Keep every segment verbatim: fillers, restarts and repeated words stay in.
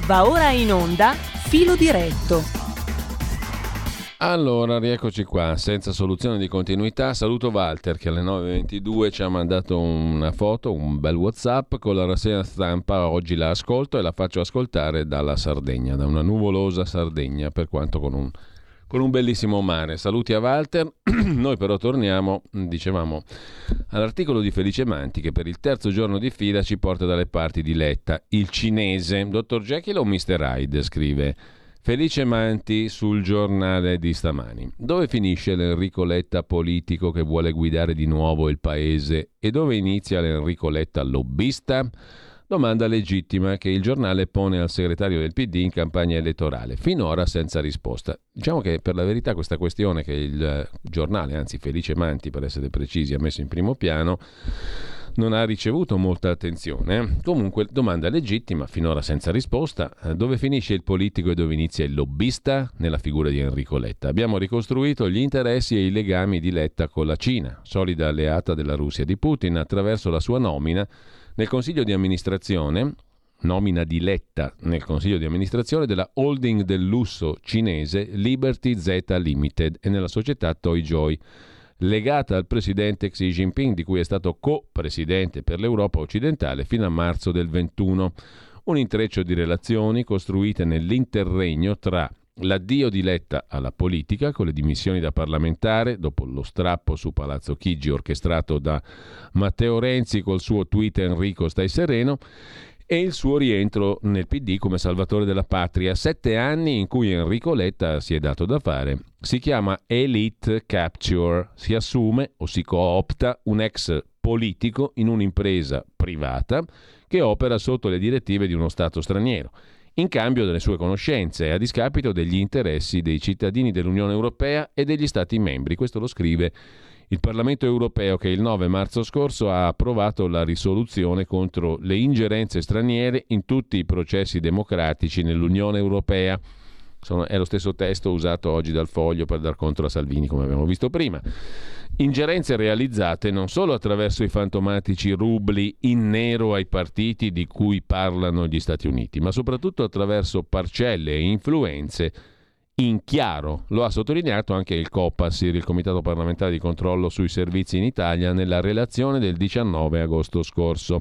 Va ora in onda Filo Diretto. Allora, rieccoci qua, senza soluzione di continuità. Saluto Walter che alle nove e ventidue ci ha mandato una foto, un bel WhatsApp con la rassegna stampa. Oggi la ascolto e la faccio ascoltare dalla Sardegna, da una nuvolosa Sardegna, per quanto con un, con un bellissimo mare. Saluti a Walter. Noi però torniamo, dicevamo, all'articolo di Felice Manti che per il terzo giorno di fila ci porta dalle parti di Letta. Il cinese, dottor Jekyll o mister Hyde, scrive Felice Manti sul giornale di stamani. Dove finisce l'Enrico Letta politico che vuole guidare di nuovo il paese e dove inizia l'Enrico Letta lobbista? Domanda legittima che il giornale pone al segretario del P D in campagna elettorale, finora senza risposta. Diciamo che per la verità questa questione che il giornale, anzi Felice Manti per essere precisi, ha messo in primo piano, non ha ricevuto molta attenzione. Comunque, domanda legittima, finora senza risposta. Dove finisce il politico e dove inizia il lobbista? Nella figura di Enrico Letta. Abbiamo ricostruito gli interessi e i legami di Letta con la Cina, solida alleata della Russia di Putin, attraverso la sua nomina nel consiglio di amministrazione, nomina di Letta nel consiglio di amministrazione della holding del lusso cinese Liberty Z Limited e nella società Toyjoy, legata al presidente Xi Jinping, di cui è stato co-presidente per l'Europa occidentale fino a marzo del ventuno. Un intreccio di relazioni costruite nell'interregno tra l'addio di Letta alla politica con le dimissioni da parlamentare dopo lo strappo su Palazzo Chigi orchestrato da Matteo Renzi col suo tweet Enrico stai sereno e il suo rientro nel P D come salvatore della patria. Sette anni in cui Enrico Letta si è dato da fare. Si chiama Elite Capture, si assume o si coopta un ex politico in un'impresa privata che opera sotto le direttive di uno Stato straniero, in cambio delle sue conoscenze e a discapito degli interessi dei cittadini dell'Unione Europea e degli Stati membri. Questo lo scrive il Parlamento europeo che il nove marzo scorso ha approvato la risoluzione contro le ingerenze straniere in tutti i processi democratici nell'Unione Europea. Sono, è lo stesso testo usato oggi dal Foglio per dar contro a Salvini, come abbiamo visto prima. Ingerenze realizzate non solo attraverso i fantomatici rubli in nero ai partiti di cui parlano gli Stati Uniti, ma soprattutto attraverso parcelle e influenze in chiaro. Lo ha sottolineato anche il COPASIR, il Comitato Parlamentare di Controllo sui Servizi in Italia, nella relazione del diciannove agosto scorso.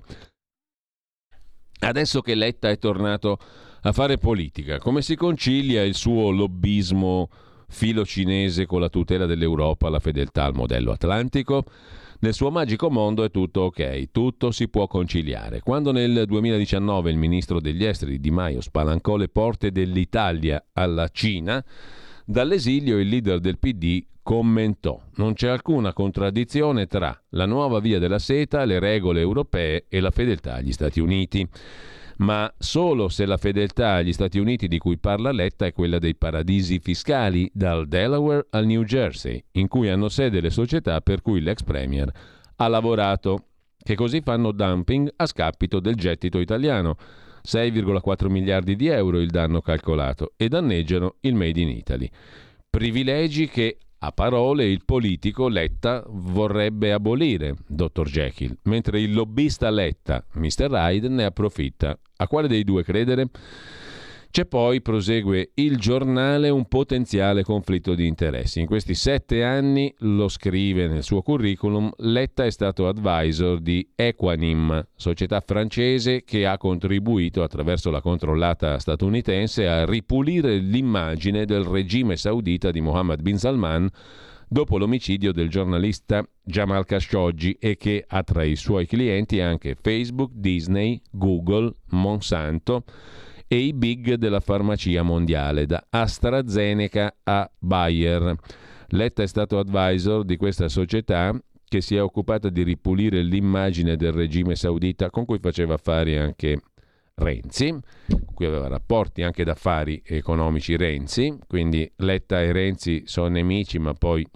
Adesso che Letta è tornato a fare politica, come si concilia il suo lobbismo filo cinese con la tutela dell'Europa, la fedeltà al modello atlantico? Nel suo magico mondo è tutto ok, tutto si può conciliare. Quando nel duemiladiciannove il ministro degli esteri Di Maio spalancò le porte dell'Italia alla Cina, dall'esilio il leader del P D commentò: non c'è alcuna contraddizione tra la nuova via della seta, le regole europee e la fedeltà agli Stati Uniti. Ma solo se la fedeltà agli Stati Uniti di cui parla Letta è quella dei paradisi fiscali, dal Delaware al New Jersey, in cui hanno sede le società per cui l'ex premier ha lavorato, che così fanno dumping a scapito del gettito italiano, sei virgola quattro miliardi di euro il danno calcolato, e danneggiano il Made in Italy. Privilegi che a parole il politico Letta vorrebbe abolire, dottor Jekyll, mentre il lobbista Letta, mister Hyde, ne approfitta. A quale dei due credere? C'è poi, prosegue il giornale, un potenziale conflitto di interessi. In questi sette anni, lo scrive nel suo curriculum, Letta è stato advisor di Equanim, società francese che ha contribuito attraverso la controllata statunitense a ripulire l'immagine del regime saudita di Mohammed bin Salman dopo l'omicidio del giornalista Jamal Khashoggi e che ha tra i suoi clienti anche Facebook, Disney, Google, Monsanto e i big della farmacia mondiale, da AstraZeneca a Bayer. Letta è stato advisor di questa società che si è occupata di ripulire l'immagine del regime saudita con cui faceva affari anche Renzi, con cui aveva rapporti anche d'affari economici Renzi, quindi Letta e Renzi sono nemici ma poi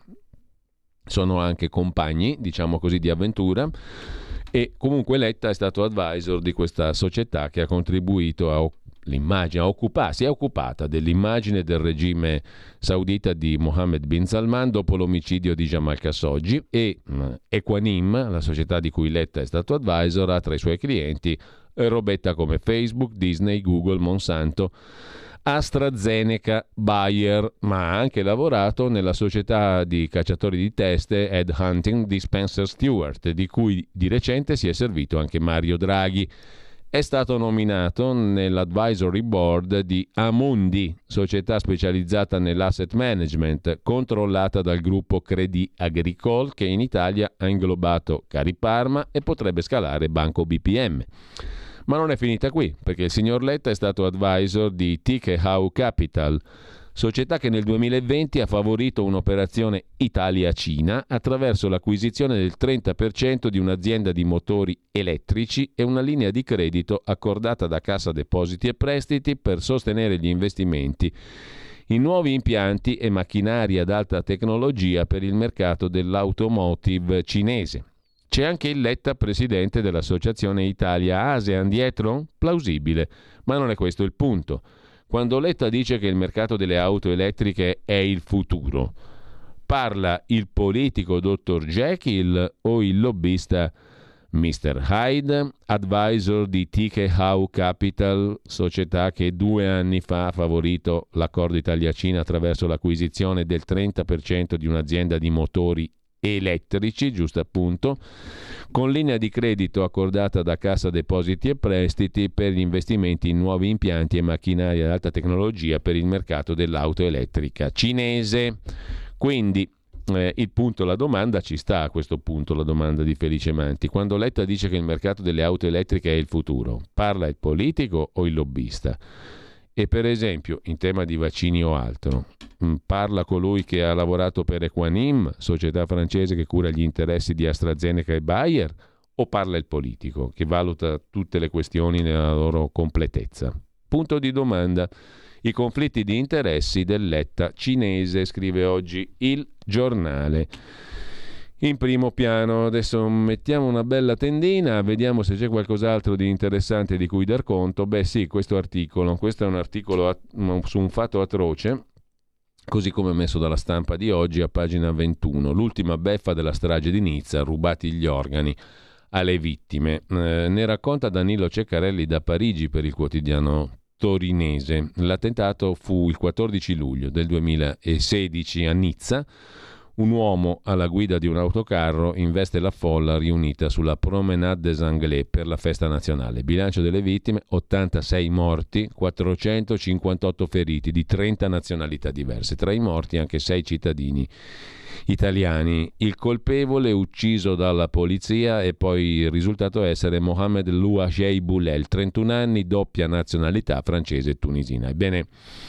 sono anche compagni, diciamo così, di avventura. E comunque Letta è stato advisor di questa società che ha contribuito a l'immagine, occupa, si è occupata dell'immagine del regime saudita di Mohammed bin Salman dopo l'omicidio di Jamal Khashoggi e mh, Equanim, la società di cui Letta è stato advisor, ha tra i suoi clienti robetta come Facebook, Disney, Google, Monsanto, AstraZeneca, Bayer, ma ha anche lavorato nella società di cacciatori di teste Head Hunting di Spencer Stewart, di cui di recente si è servito anche Mario Draghi. È stato nominato nell'advisory board di Amundi, società specializzata nell'asset management, controllata dal gruppo Crédit Agricole, che in Italia ha inglobato Cariparma e potrebbe scalare Banco B P M. Ma non è finita qui, perché il signor Letta è stato advisor di Tikehau Capital, società che nel duemilaventi ha favorito un'operazione Italia-Cina attraverso l'acquisizione del trenta per cento di un'azienda di motori elettrici e una linea di credito accordata da Cassa Depositi e Prestiti per sostenere gli investimenti in nuovi impianti e macchinari ad alta tecnologia per il mercato dell'automotive cinese. C'è anche il Letta presidente dell'Associazione Italia-ASEAN dietro? Plausibile, ma non è questo il punto. Quando Letta dice che il mercato delle auto elettriche è il futuro, parla il politico dottor Jekyll o il lobbista mister Hyde, advisor di Tikehau Capital, società che due anni fa ha favorito l'accordo Italia-Cina attraverso l'acquisizione del trenta per cento di un'azienda di motori elettrici, giusto appunto, con linea di credito accordata da Cassa Depositi e Prestiti per gli investimenti in nuovi impianti e macchinari ad alta tecnologia per il mercato dell'auto elettrica cinese. Quindi eh, il punto, la domanda ci sta a questo punto, la domanda di Felice Manti. Quando Letta dice che il mercato delle auto elettriche è il futuro, parla il politico o il lobbista? E per esempio, in tema di vaccini o altro, parla colui che ha lavorato per Equanim, società francese che cura gli interessi di AstraZeneca e Bayer, o parla il politico che valuta tutte le questioni nella loro completezza? Punto di domanda. I conflitti di interessi del Letta cinese, scrive oggi il Giornale. In primo piano, adesso mettiamo una bella tendina, vediamo se c'è qualcos'altro di interessante di cui dar conto. Beh sì, questo articolo, questo è un articolo at- su un fatto atroce, così come messo dalla Stampa di oggi a pagina ventuno. L'ultima beffa della strage di Nizza, rubati gli organi alle vittime. Eh, ne racconta Danilo Ceccarelli da Parigi per il quotidiano torinese. L'attentato fu il quattordici luglio del duemilasedici a Nizza. Un uomo alla guida di un autocarro investe la folla riunita sulla Promenade des Anglais per la festa nazionale. Bilancio delle vittime: ottantasei morti, quattrocentocinquantotto feriti di trenta nazionalità diverse. Tra i morti anche sei cittadini italiani. Il colpevole ucciso dalla polizia e poi risultato essere Mohamed Louajei Boulel, trentuno anni, doppia nazionalità francese e tunisina. Ebbene,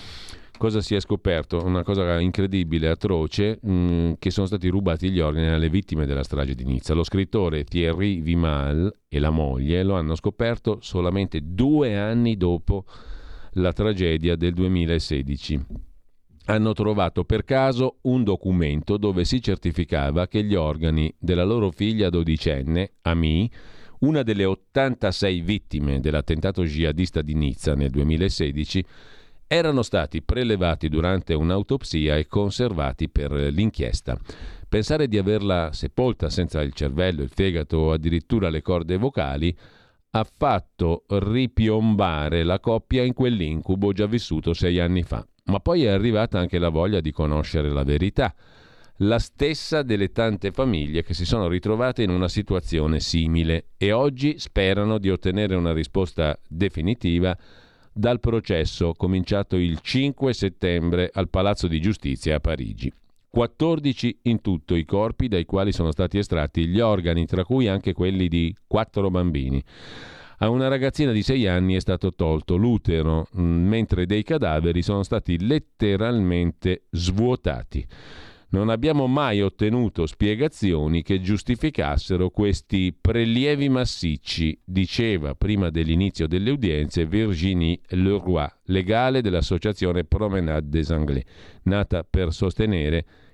cosa si è scoperto? Una cosa incredibile, atroce, mh, che sono stati rubati gli organi alle vittime della strage di Nizza. Lo scrittore Thierry Vimal e la moglie lo hanno scoperto solamente due anni dopo la tragedia del duemilasedici. Hanno trovato per caso un documento dove si certificava che gli organi della loro figlia dodicenne, Ami, una delle ottantasei vittime dell'attentato jihadista di Nizza nel duemilasedici, erano stati prelevati durante un'autopsia e conservati per l'inchiesta. Pensare di averla sepolta senza il cervello, il fegato o addirittura le corde vocali ha fatto ripiombare la coppia in quell'incubo già vissuto sei anni fa. Ma poi è arrivata anche la voglia di conoscere la verità, la stessa delle tante famiglie che si sono ritrovate in una situazione simile e oggi sperano di ottenere una risposta definitiva dal processo cominciato il cinque settembre al Palazzo di Giustizia a Parigi. quattordici in tutto i corpi dai quali sono stati estratti gli organi, tra cui anche quelli di quattro bambini. A una ragazzina di sei anni è stato tolto l'utero, mentre dei cadaveri sono stati letteralmente svuotati. Non abbiamo mai ottenuto spiegazioni che giustificassero questi prelievi massicci, diceva prima dell'inizio delle udienze Virginie Leroy, legale dell'associazione Promenade des Anglais, nata per sostenere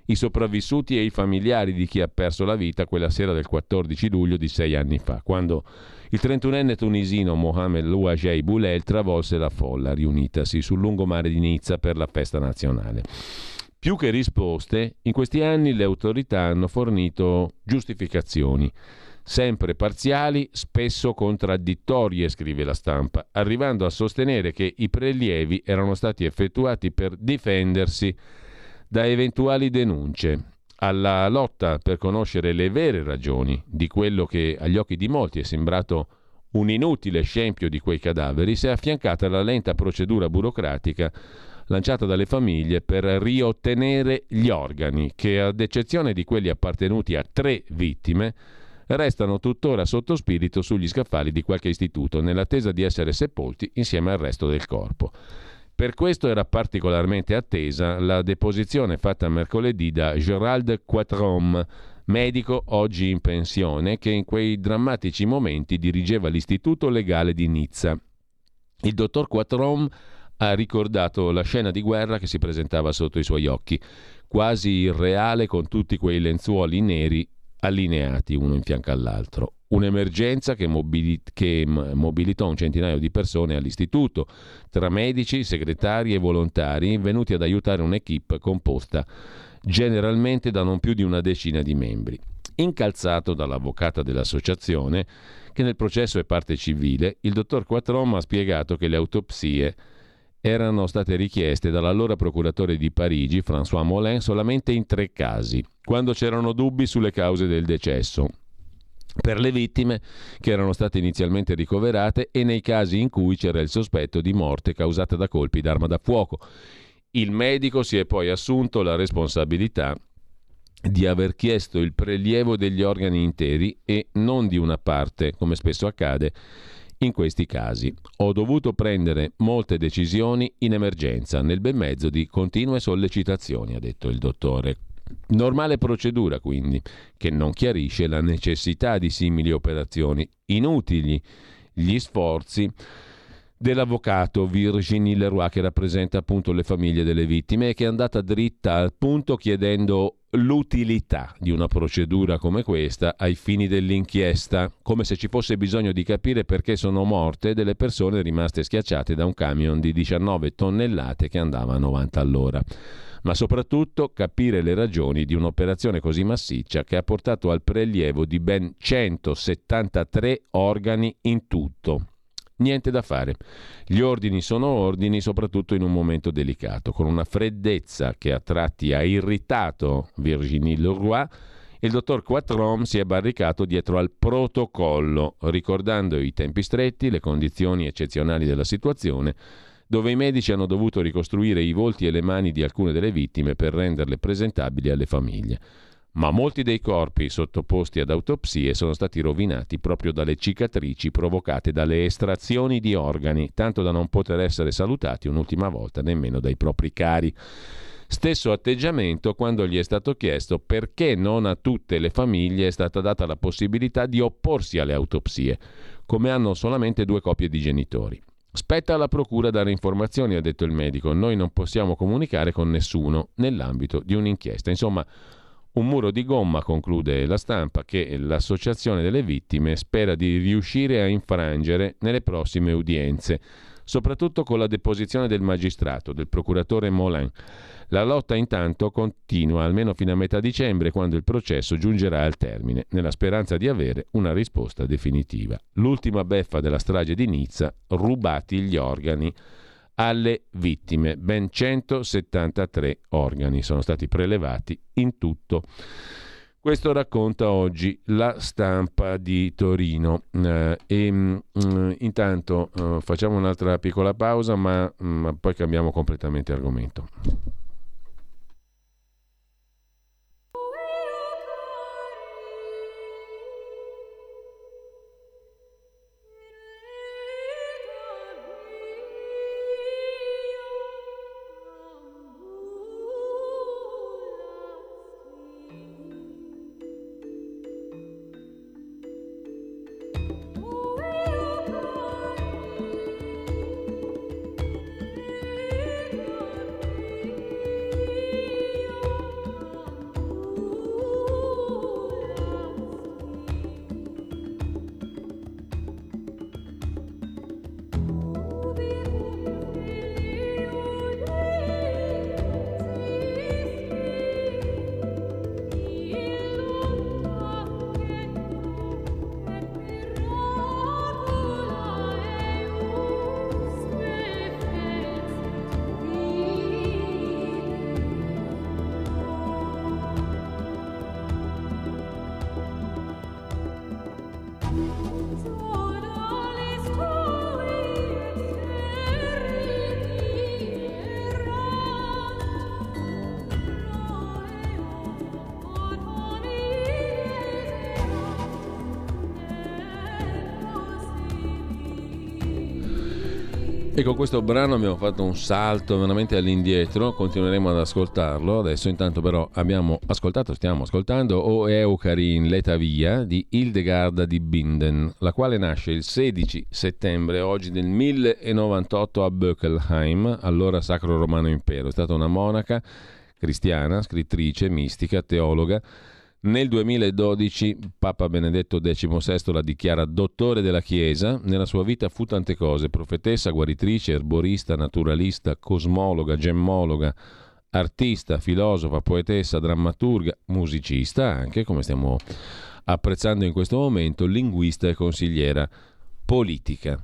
i sopravvissuti e i familiari di chi ha perso la vita quella sera del quattordici luglio di sei anni fa, quando il trentunenne tunisino Mohamed Louajei Boulel travolse la folla riunitasi sul lungomare di Nizza per la festa nazionale. Più che risposte, in questi anni le autorità hanno fornito giustificazioni, sempre parziali, spesso contraddittorie, scrive La Stampa, arrivando a sostenere che i prelievi erano stati effettuati per difendersi da eventuali denunce. Alla lotta per conoscere le vere ragioni di quello che agli occhi di molti è sembrato un inutile scempio di quei cadaveri si è affiancata la lenta procedura burocratica lanciata dalle famiglie per riottenere gli organi che, ad eccezione di quelli appartenuti a tre vittime, restano tuttora sotto spirito sugli scaffali di qualche istituto nell'attesa di essere sepolti insieme al resto del corpo. Per questo era particolarmente attesa la deposizione fatta mercoledì da Gérald Quatrom, medico oggi in pensione, che in quei drammatici momenti dirigeva l'Istituto Legale di Nizza. Il dottor Quatrom ha ricordato la scena di guerra che si presentava sotto i suoi occhi, quasi irreale, con tutti quei lenzuoli neri allineati uno in fianco all'altro. Un'emergenza che, mobili- che mobilitò un centinaio di persone all'istituto, tra medici, segretari e volontari, venuti ad aiutare un'equipe composta generalmente da non più di una decina di membri. Incalzato dall'avvocata dell'associazione, che nel processo è parte civile, il dottor Quatrom ha spiegato che le autopsie erano state richieste dall'allora procuratore di Parigi, François Molin, solamente in tre casi, quando c'erano dubbi sulle cause del decesso, per le vittime che erano state inizialmente ricoverate e nei casi in cui c'era il sospetto di morte causata da colpi d'arma da fuoco. Il medico si è poi assunto la responsabilità di aver chiesto il prelievo degli organi interi e non di una parte, come spesso accade in questi casi. Ho dovuto prendere molte decisioni in emergenza, nel bel mezzo di continue sollecitazioni, ha detto il dottore. Normale procedura, quindi, che non chiarisce la necessità di simili operazioni. Inutili gli sforzi dell'avvocato Virginie Leroy, che rappresenta appunto le famiglie delle vittime e che è andata dritta al punto chiedendo l'utilità di una procedura come questa ai fini dell'inchiesta, come se ci fosse bisogno di capire perché sono morte delle persone rimaste schiacciate da un camion di diciannove tonnellate che andava a novanta all'ora. Ma soprattutto capire le ragioni di un'operazione così massiccia che ha portato al prelievo di ben centosettantatré organi in tutto. Niente da fare. Gli ordini sono ordini, soprattutto in un momento delicato. Con una freddezza che a tratti ha irritato Virginie Leroy, il dottor Quatrom si è barricato dietro al protocollo, ricordando i tempi stretti, le condizioni eccezionali della situazione, dove i medici hanno dovuto ricostruire i volti e le mani di alcune delle vittime per renderle presentabili alle famiglie. Ma molti dei corpi sottoposti ad autopsie sono stati rovinati proprio dalle cicatrici provocate dalle estrazioni di organi, tanto da non poter essere salutati un'ultima volta nemmeno dai propri cari. Stesso atteggiamento quando gli è stato chiesto perché non a tutte le famiglie è stata data la possibilità di opporsi alle autopsie, come hanno solamente due coppie di genitori. Spetta alla procura dare informazioni, ha detto il medico, noi non possiamo comunicare con nessuno nell'ambito di un'inchiesta. Insomma, un muro di gomma, conclude La Stampa, che l'associazione delle vittime spera di riuscire a infrangere nelle prossime udienze, soprattutto con la deposizione del magistrato, del procuratore Molin. La lotta intanto continua almeno fino a metà dicembre, quando il processo giungerà al termine, nella speranza di avere una risposta definitiva. L'ultima beffa della strage di Nizza, rubati gli organi alle vittime. Ben centosettantatré organi sono stati prelevati in tutto. Questo racconta oggi La Stampa di Torino. Eh, e mh, intanto eh, facciamo un'altra piccola pausa, ma, ma poi cambiamo completamente argomento. E con questo brano abbiamo fatto un salto veramente all'indietro, continueremo ad ascoltarlo. Adesso intanto però abbiamo ascoltato, stiamo ascoltando O Eucarin l'eta via di Hildegarda di Binden, la quale nasce il sedici settembre oggi del millenovantotto a Böckelheim, allora Sacro Romano Impero. È stata una monaca cristiana, scrittrice, mistica, teologa. Nel duemiladodici Papa Benedetto diciassette la dichiara dottore della Chiesa. Nella sua vita fu tante cose: profetessa, guaritrice, erborista, naturalista, cosmologa, gemmologa, artista, filosofa, poetessa, drammaturga, musicista anche, come stiamo apprezzando in questo momento, linguista e consigliera politica.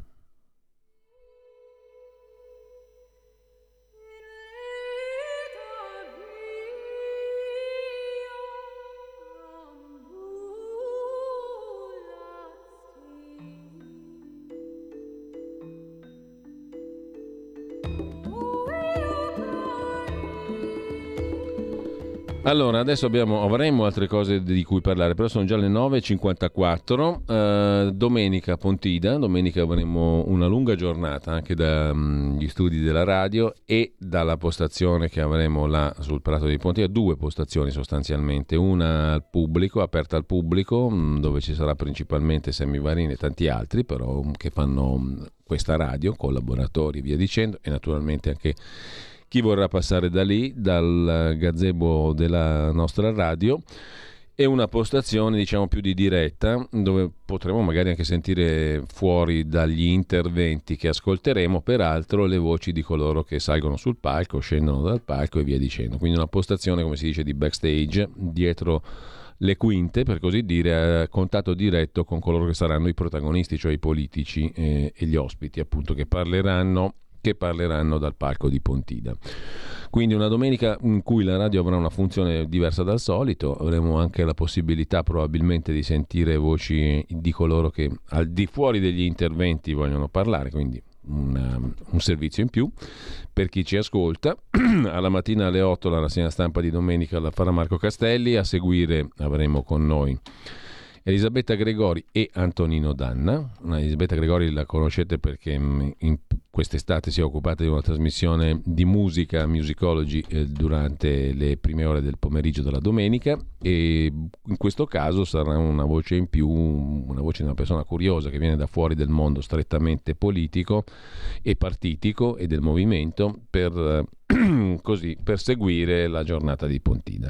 Allora, adesso abbiamo, avremo altre cose di cui parlare, però sono già le nove e cinquantaquattro, eh, domenica Pontida, domenica avremo una lunga giornata anche dagli studi della radio e dalla postazione che avremo là sul Prato di Pontida, due postazioni sostanzialmente, una al pubblico, aperta al pubblico, dove ci sarà principalmente Sammy Varin e tanti altri però che fanno questa radio, collaboratori e via dicendo, e naturalmente anche chi vorrà passare da lì, dal gazebo della nostra radio, e una postazione diciamo più di diretta, dove potremo magari anche sentire fuori dagli interventi che ascolteremo, peraltro, le voci di coloro che salgono sul palco, scendono dal palco e via dicendo. Quindi una postazione, come si dice, di backstage, dietro le quinte, per così dire, a contatto diretto con coloro che saranno i protagonisti, cioè i politici e, e gli ospiti, appunto, che parleranno che parleranno dal palco di Pontida. Quindi una domenica in cui la radio avrà una funzione diversa dal solito, avremo anche la possibilità probabilmente di sentire voci di coloro che al di fuori degli interventi vogliono parlare, quindi una, un servizio in più per chi ci ascolta. Alla mattina alle otto la rassegna stampa di domenica la farà Marco Castelli, a seguire avremo con noi Elisabetta Gregori e Antonino Danna. Elisabetta Gregori la conoscete perché in quest'estate si è occupata di una trasmissione di musica, Musicology, eh, durante le prime ore del pomeriggio della domenica, e in questo caso sarà una voce in più, una voce di una persona curiosa che viene da fuori del mondo strettamente politico e partitico e del movimento per, eh, così, per seguire la giornata di Pontida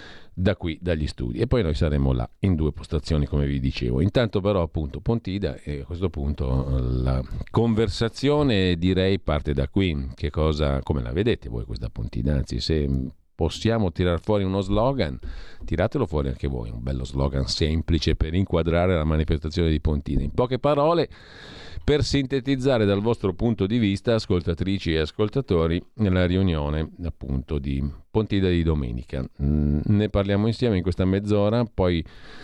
da qui, dagli studi, e poi noi saremo là in due postazioni, come vi dicevo. Intanto però appunto Pontida, e a questo punto la conversazione direi parte da qui. Che cosa, come la vedete voi questa Pontida? Anzi, se possiamo tirar fuori uno slogan, tiratelo fuori anche voi, un bello slogan semplice per inquadrare la manifestazione di Pontida. In poche parole, per sintetizzare dal vostro punto di vista, ascoltatrici e ascoltatori, nella riunione appunto di Pontida di domenica. Mm, ne parliamo insieme in questa mezz'ora, poi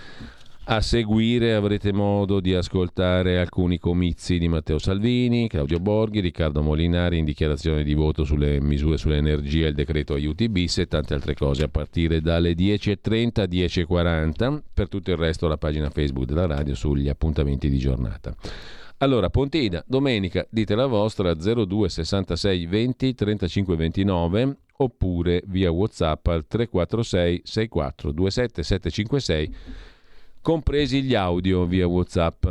a seguire avrete modo di ascoltare alcuni comizi di Matteo Salvini, Claudio Borghi, Riccardo Molinari in dichiarazione di voto sulle misure sull'energia e il decreto aiuti bis e tante altre cose a partire dalle dieci e trenta, dieci e quaranta. Per tutto il resto la pagina Facebook della radio sugli appuntamenti di giornata. Allora, Pontida, domenica, dite la vostra, zero due sessantasei venti trentacinque ventinove, oppure via WhatsApp al tre quattro sei sei quattro due sette sette cinque sei, compresi gli audio via WhatsApp.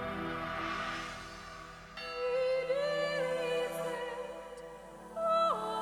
Oh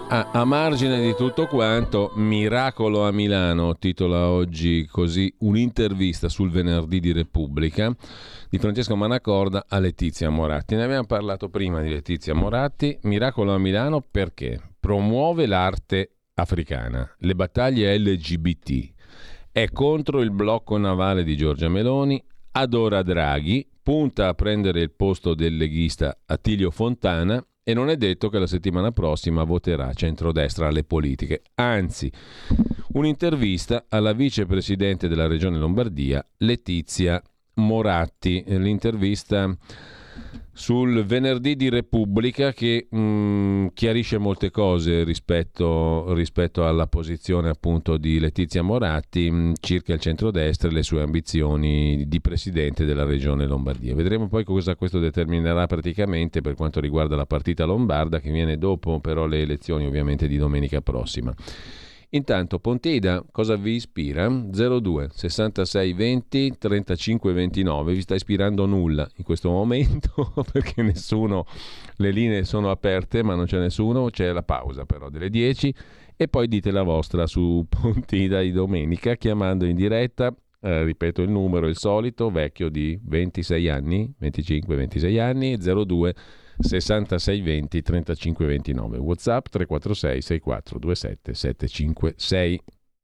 A, a margine di tutto quanto, Miracolo a Milano titola oggi così un'intervista sul Venerdì di Repubblica di Francesco Manacorda a Letizia Moratti. Ne abbiamo parlato prima di Letizia Moratti. Miracolo a Milano perché promuove l'arte africana, le battaglie L G B T, è contro il blocco navale di Giorgia Meloni, adora Draghi, punta a prendere il posto del leghista Attilio Fontana e non è detto che la settimana prossima voterà centrodestra alle politiche. Anzi, un'intervista alla vicepresidente della Regione Lombardia, Letizia Moratti. L'intervista sul Venerdì di Repubblica che mh, chiarisce molte cose rispetto, rispetto alla posizione appunto di Letizia Moratti mh, circa il centrodestra e le sue ambizioni di presidente della Regione Lombardia. Vedremo poi cosa questo determinerà praticamente per quanto riguarda la partita lombarda, che viene dopo però le elezioni ovviamente di domenica prossima. Intanto Pontida, cosa vi ispira? zero due sessantasei venti trentacinque ventinove. Vi sta ispirando nulla in questo momento perché nessuno, le linee sono aperte ma non c'è nessuno, c'è la pausa però delle dieci e poi dite la vostra su Pontida di domenica chiamando in diretta, eh, ripeto il numero, il solito, vecchio di ventisei anni, venticinque ventisei anni, zero due sessantasei venti trentacinque ventinove. WhatsApp tre quattro sei sei quattro due sette sette cinque sei.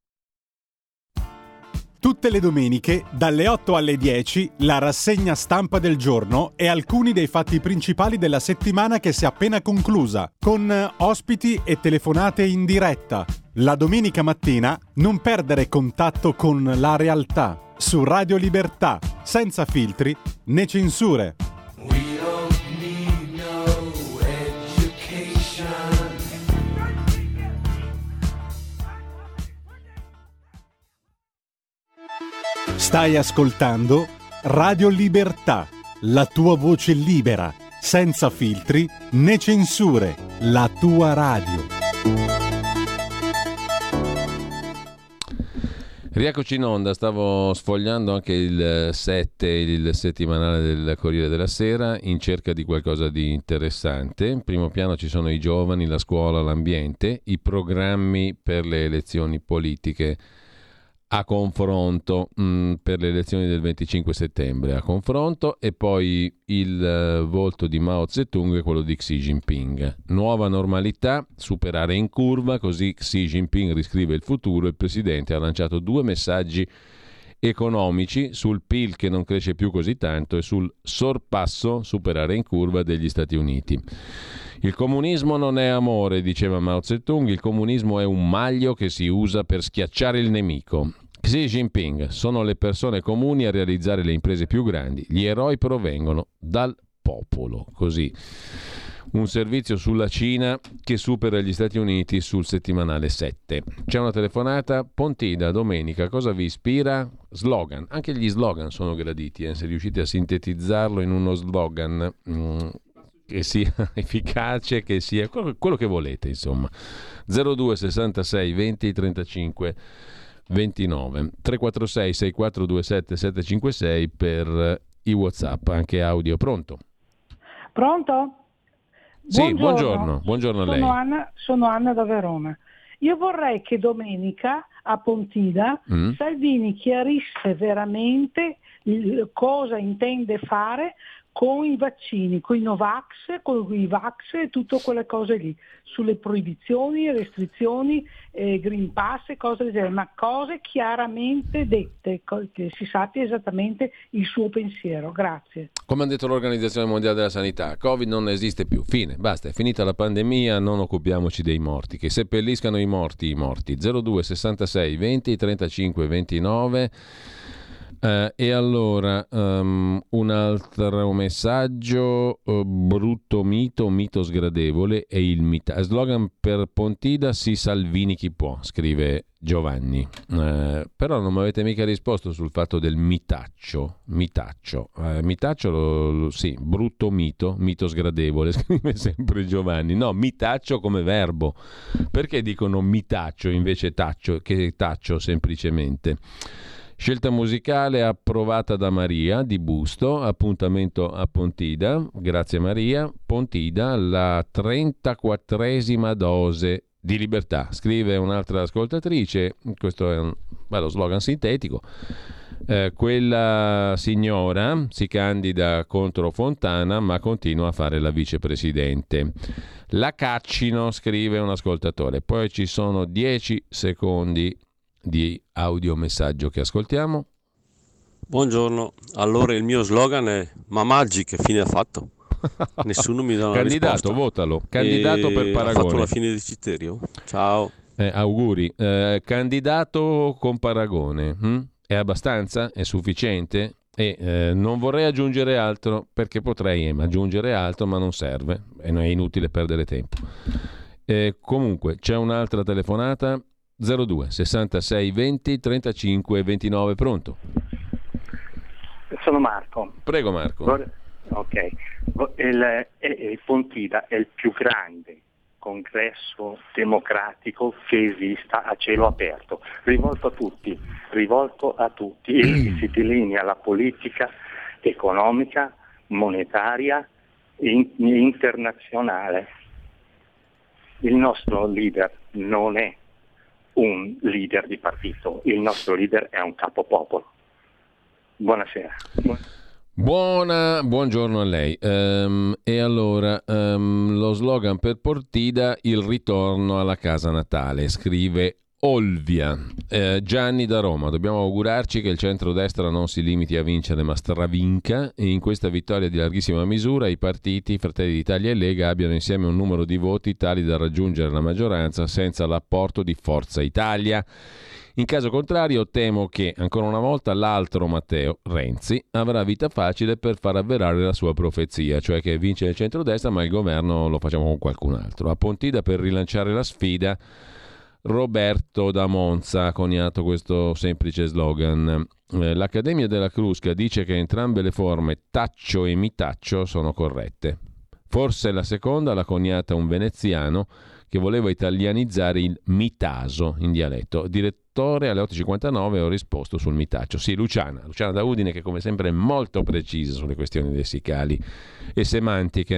Tutte le domeniche dalle otto alle dieci la rassegna stampa del giorno e alcuni dei fatti principali della settimana che si è appena conclusa, con ospiti e telefonate in diretta. La domenica mattina non perdere contatto con la realtà su Radio Libertà, senza filtri né censure. Stai ascoltando Radio Libertà, la tua voce libera, senza filtri né censure, la tua radio. Rieccoci in onda, stavo sfogliando anche il sette, il settimanale del Corriere della Sera, in cerca di qualcosa di interessante. In primo piano ci sono i giovani, la scuola, l'ambiente, i programmi per le elezioni politiche a confronto mh, per le elezioni del venticinque settembre a confronto, e poi il uh, volto di Mao Zedong e quello di Xi Jinping. Nuova normalità, superare in curva, così Xi Jinping riscrive il futuro. Il presidente ha lanciato due messaggi economici sul P I L che non cresce più così tanto e sul sorpasso, superare in curva, degli Stati Uniti. Il comunismo non è amore, diceva Mao Zedong, il comunismo è un maglio che si usa per schiacciare il nemico. Xi Jinping: sono le persone comuni a realizzare le imprese più grandi, gli eroi provengono dal popolo. Così un servizio sulla Cina che supera gli Stati Uniti sul settimanale sette. C'è una telefonata. Pontida, domenica, cosa vi ispira? Slogan. Anche gli slogan sono graditi, eh, se riuscite a sintetizzarlo in uno slogan mm, che sia efficace, che sia quello che volete, insomma. zero due sessantasei venti trentacinque ventinove, tre quattro sei sei quattro due sette sette cinque sei per i WhatsApp, anche audio. Pronto? Pronto? Sì, buongiorno, buongiorno, buongiorno a lei. Sono Anna, sono Anna da Verona. Io vorrei che domenica a Pontida mm. Salvini chiarisse veramente cosa intende fare con i vaccini, con i Novax, con i Vax e tutte quelle cose lì, sulle proibizioni, restrizioni, eh, Green Pass e cose del genere, ma cose chiaramente dette, che si sappia esattamente il suo pensiero. Grazie. Come ha detto l'Organizzazione Mondiale della Sanità, Covid non esiste più, fine, basta, è finita la pandemia, non occupiamoci dei morti, che seppelliscano i morti i morti. zero due sessantasei venti trentacinque ventinove. Uh, e allora um, un altro messaggio, uh, brutto mito, mito sgradevole è il mita. Slogan per Pontida: sì, Salvini chi può, scrive Giovanni. Uh, però non mi avete mica risposto sul fatto del mitaccio. Mitaccio, uh, mitaccio lo, lo, sì, brutto mito, mito sgradevole, scrive sempre Giovanni. No, mitaccio come verbo. Perché dicono mitaccio invece taccio, che taccio semplicemente? Scelta musicale approvata da Maria di Busto, appuntamento a Pontida, grazie Maria. Pontida, la trentaquattresima dose di libertà. Scrive un'altra ascoltatrice, questo è un bello slogan sintetico. Eh, quella signora si candida contro Fontana ma continua a fare la vicepresidente. La caccino, scrive un ascoltatore. Poi ci sono dieci secondi di audiomessaggio che ascoltiamo. Buongiorno, allora il mio slogan è Mamaggi, che fine ha fatto? Nessuno mi dà una candidato, risposta. Votalo, candidato E per Paragone. Ha fatto la fine di Citterio? Ciao. Eh, auguri. Eh, candidato con Paragone. Hm? È abbastanza? È sufficiente? E eh, non vorrei aggiungere altro, perché potrei aggiungere altro, ma non serve e non è inutile perdere tempo. Eh, comunque c'è un'altra telefonata. Zero due sessantasei venti trentacinque ventinove. Pronto? Sono Marco. Prego Marco. Ok, il, il Pontida è il più grande congresso democratico che esista a cielo aperto, rivolto a tutti, rivolto a tutti, e si delinea la politica economica, monetaria e internazionale. Il nostro leader non è un leader di partito, il nostro leader è un capopopolo. Buonasera. Buona, buongiorno a lei. Um, e allora, um, lo slogan per Pontida, il ritorno alla casa natale, scrive Olvia. Eh, Gianni da Roma, dobbiamo augurarci che il centrodestra non si limiti a vincere ma stravinca, e in questa vittoria di larghissima misura i partiti Fratelli d'Italia e Lega abbiano insieme un numero di voti tali da raggiungere la maggioranza senza l'apporto di Forza Italia. In caso contrario, temo che, ancora una volta, l'altro Matteo, Renzi, avrà vita facile per far avverare la sua profezia, cioè che vince il centrodestra ma il governo lo facciamo con qualcun altro. A Pontida, per rilanciare la sfida, Roberto da Monza ha coniato questo semplice slogan. Eh, L'Accademia della Crusca dice che entrambe le forme taccio e mitaccio sono corrette. Forse la seconda l'ha coniata un veneziano che voleva italianizzare il mitaso in dialetto. Direttore, alle otto e cinquantanove ho risposto sul mitaccio. Sì, Luciana, Luciana da Udine, che come sempre è molto precisa sulle questioni lessicali e semantiche.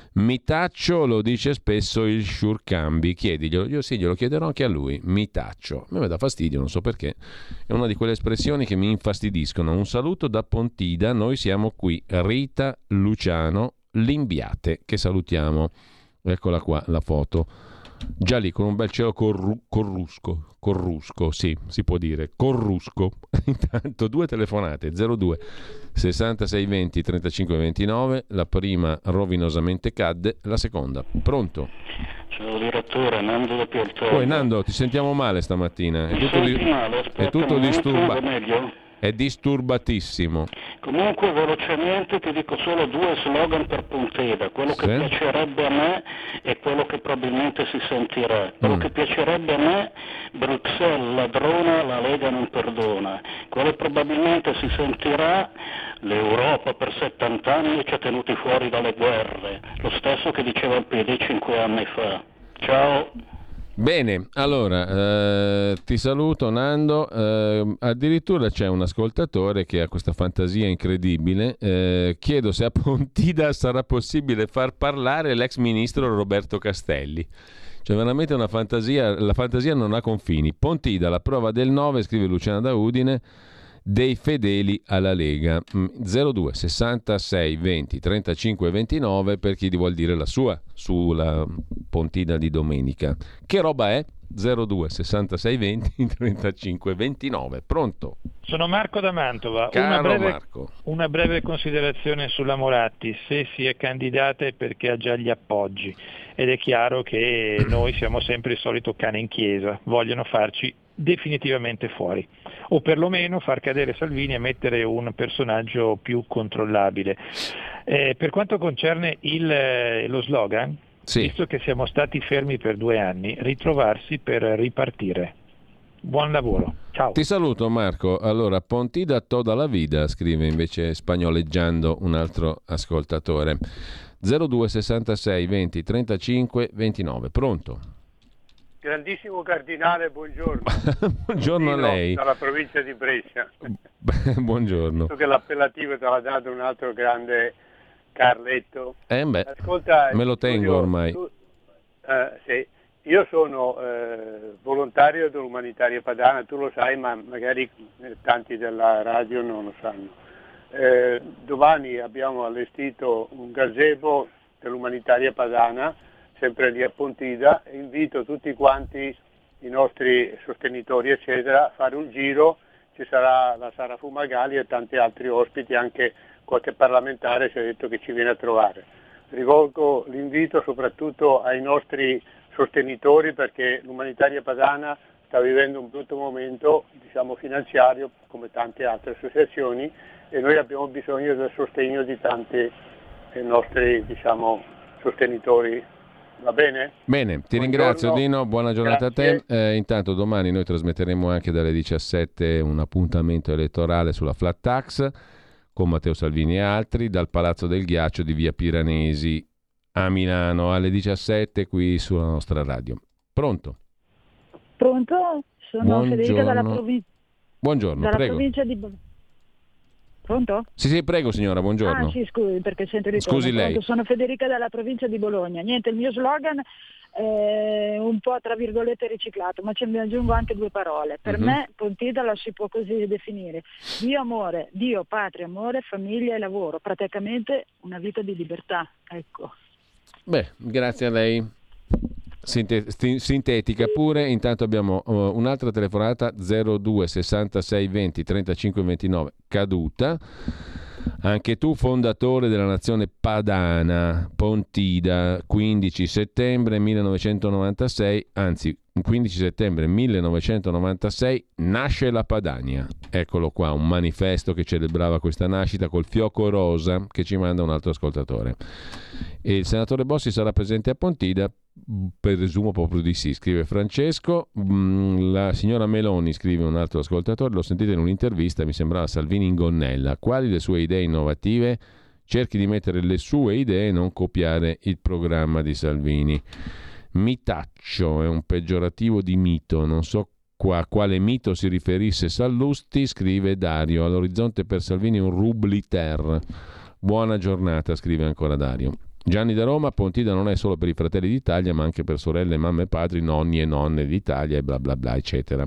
Mitaccio lo dice spesso il Sciurcambi, chiediglielo. Io sì, glielo chiederò anche a lui. Mitaccio, a me dà fastidio, non so perché, è una di quelle espressioni che mi infastidiscono. Un saluto da Pontida, noi siamo qui. Rita Luciano Limbiate, che salutiamo. Eccola qua la foto, già lì con un bel cielo corru- corrusco, corrusco, sì, si può dire, corrusco. Intanto due telefonate, zero due sessantasei venti trentacinque ventinove, la prima rovinosamente cadde, la seconda. Pronto? Ciao direttore, Nando da Pioltello. Poi Nando, ti sentiamo male stamattina, è Mi tutto, di- male? Aspetta, è tutto disturbato. meglio? È disturbatissimo. Comunque velocemente ti dico solo due slogan per Pontida, quello che Sì? piacerebbe a me e quello che probabilmente si sentirà. Quello Mm. che piacerebbe a me, Bruxelles ladrona, la Lega non perdona. Quello che probabilmente si sentirà, l'Europa per settanta anni ci ha tenuti fuori dalle guerre, lo stesso che diceva il P D cinque anni fa. Ciao. Bene, allora eh, ti saluto Nando, eh, addirittura c'è un ascoltatore che ha questa fantasia incredibile, eh, chiedo se a Pontida sarà possibile far parlare l'ex ministro Roberto Castelli. Cioè veramente una fantasia, la fantasia non ha confini. Pontida, la prova del nove, scrive Luciana da Udine, dei fedeli alla Lega. zero due sessantasei venti trentacinque ventinove per chi vuol dire la sua sulla Pontida di domenica. Che roba è? zero due sessantasei venti trentacinque ventinove. Pronto? Sono Marco da Mantova. Caro una breve, Marco. una breve considerazione sulla Moratti. Se si è candidata è perché ha già gli appoggi ed è chiaro che noi siamo sempre il solito cane in chiesa, vogliono farci definitivamente fuori o perlomeno far cadere Salvini e mettere un personaggio più controllabile. Eh, per quanto concerne il, lo slogan, Sì. visto che siamo stati fermi per due anni, ritrovarsi per ripartire. Buon lavoro, ciao. Ti saluto Marco. Allora, Pontida toda la vida, scrive invece spagnoleggiando un altro ascoltatore. zero due sessantasei venti trentacinque ventinove. Pronto? Grandissimo cardinale, buongiorno. Buongiorno a lei. Dalla provincia di Brescia. Buongiorno. Visto che l'appellativo te l'ha dato un altro grande Carletto. Eh beh, Ascolta, me lo tengo studio, ormai. Tu, eh, sì, io sono eh, volontario dell'Umanitaria Padana, tu lo sai, ma magari tanti della radio non lo sanno. Eh, domani abbiamo allestito un gazebo dell'Umanitaria Padana, sempre lì a Pontida, e invito tutti quanti i nostri sostenitori eccetera a fare un giro. Ci sarà la Sara Fumagalli e tanti altri ospiti, anche qualche parlamentare si è detto che ci viene a trovare. Rivolgo l'invito soprattutto ai nostri sostenitori, perché l'Umanitaria Padana sta vivendo un brutto momento, diciamo, finanziario, come tante altre associazioni, e noi abbiamo bisogno del sostegno di tanti dei nostri, diciamo, sostenitori. Va bene? Bene, ti Buongiorno. Ringrazio Dino, buona giornata Grazie. a te. Eh, intanto domani noi trasmetteremo anche dalle diciassette un appuntamento elettorale sulla flat tax con Matteo Salvini e altri dal Palazzo del Ghiaccio di via Piranesi a Milano alle diciassette qui sulla nostra radio. Pronto? Pronto? Sono Buongiorno. Federica dalla, provi- Buongiorno, dalla prego. provincia di Bologna. Pronto? Sì, sì, prego signora, buongiorno. Ah sì, scusi, perché sento il ritorno. Scusi lei. Pronto, sono Federica dalla provincia di Bologna. Niente, il mio slogan è un po' tra virgolette riciclato, ma ce ne aggiungo anche due parole. Per Mhm. me Pontida la si può così definire: Dio amore, Dio, patria, amore, famiglia e lavoro, praticamente una vita di libertà, ecco. Beh, grazie a lei. Sinte- sti- sintetica pure. Intanto abbiamo uh, un'altra telefonata zero due sessantasei venti trentacinque ventinove caduta. Anche tu fondatore della nazione padana, Pontida, quindici settembre millenovecentonovantasei, anzi quindici settembre millenovecentonovantasei nasce la Padania. Eccolo qua, un manifesto che celebrava questa nascita col fiocco rosa che ci manda un altro ascoltatore. E il senatore Bossi sarà presente a Pontida? Presumo proprio di sì, scrive Francesco. La signora Meloni, scrive un altro ascoltatore, l'ho sentita in un'intervista, mi sembrava Salvini in gonnella. Quali le sue idee innovative? Cerchi di mettere le sue idee e non copiare il programma di Salvini. Mitaccio è un peggiorativo di mito, non so qua a quale mito si riferisse Sallusti, scrive Dario. All'orizzonte per Salvini un rubliter. Buona giornata, scrive ancora Dario. Gianni da Roma, Pontida non è solo per i fratelli d'Italia, ma anche per sorelle, mamme e padri, nonni e nonne d'Italia e bla bla bla, eccetera.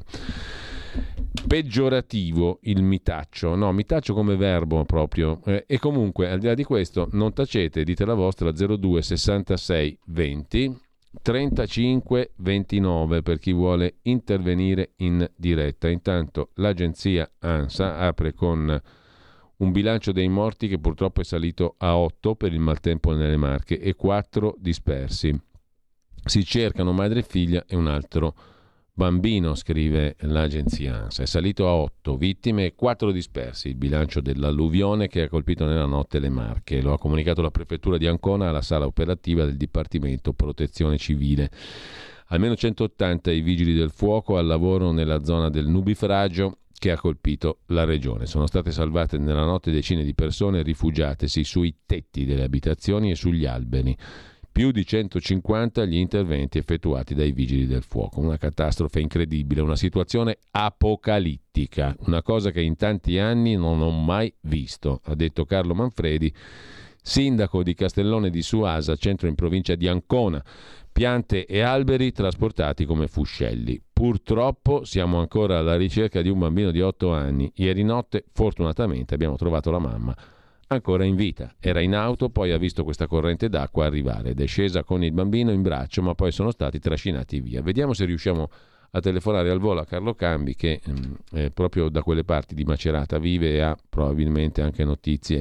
Peggiorativo il mitaccio, no, mitaccio come verbo proprio. Eh, e comunque, al di là di questo, non tacete, dite la vostra, zero due sessantasei venti trentacinque ventinove per chi vuole intervenire in diretta. Intanto l'agenzia ANSA apre con un bilancio dei morti che purtroppo è salito a otto per il maltempo nelle Marche e quattro dispersi. Si cercano madre e figlia e un altro bambino, scrive l'agenzia ANSA. È salito a otto vittime e quattro dispersi il bilancio dell'alluvione che ha colpito nella notte le Marche. Lo ha comunicato la prefettura di Ancona alla sala operativa del Dipartimento Protezione Civile. Almeno centottanta i vigili del fuoco al lavoro nella zona del nubifragio che ha colpito la regione. Sono state salvate nella notte decine di persone rifugiatesi sui tetti delle abitazioni e sugli alberi. Più di centocinquanta gli interventi effettuati dai vigili del fuoco. Una catastrofe incredibile, una situazione apocalittica, una cosa che in tanti anni non ho mai visto, ha detto Carlo Manfredi, sindaco di Castellone di Suasa, centro in provincia di Ancona. Piante e alberi trasportati come fuscelli. Purtroppo siamo ancora alla ricerca di un bambino di otto anni. Ieri notte, fortunatamente, abbiamo trovato la mamma ancora in vita. Era in auto, poi ha visto questa corrente d'acqua arrivare ed è scesa con il bambino in braccio, ma poi sono stati trascinati via. Vediamo se riusciamo a telefonare al volo a Carlo Cambi, che mh, è proprio da quelle parti di Macerata vive e ha probabilmente anche notizie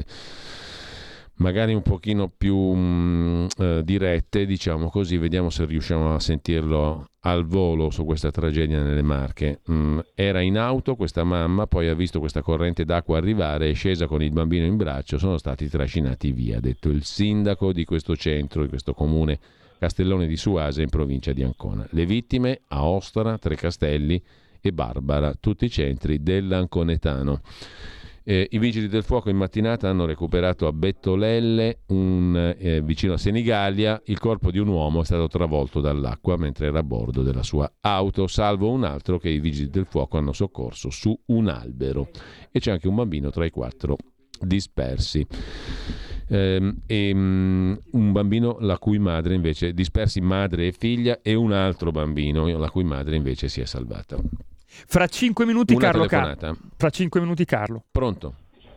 magari un pochino più mh, eh, dirette, diciamo così. Vediamo se riusciamo a sentirlo al volo su questa tragedia nelle Marche. Mh, era in auto questa mamma, poi ha visto questa corrente d'acqua arrivare, è scesa con il bambino in braccio, sono stati trascinati via, ha detto il sindaco di questo centro, di questo comune Castellone di Suasa in provincia di Ancona. Le vittime a Ostra, Trecastelli e Barbara, tutti i centri dell'Anconetano. Eh, I vigili del fuoco in mattinata hanno recuperato a Bettolelle, un, eh, vicino a Senigallia, il corpo di un uomo è stato travolto dall'acqua mentre era a bordo della sua auto, salvo un altro che i vigili del fuoco hanno soccorso su un albero. E c'è anche un bambino tra i quattro dispersi. Eh, e um, un bambino la cui madre invece, dispersi madre e figlia, e un altro bambino la cui madre invece si è salvata. Fra cinque minuti Una Carlo telefonata. Car- Fra cinque minuti Carlo. Pronto?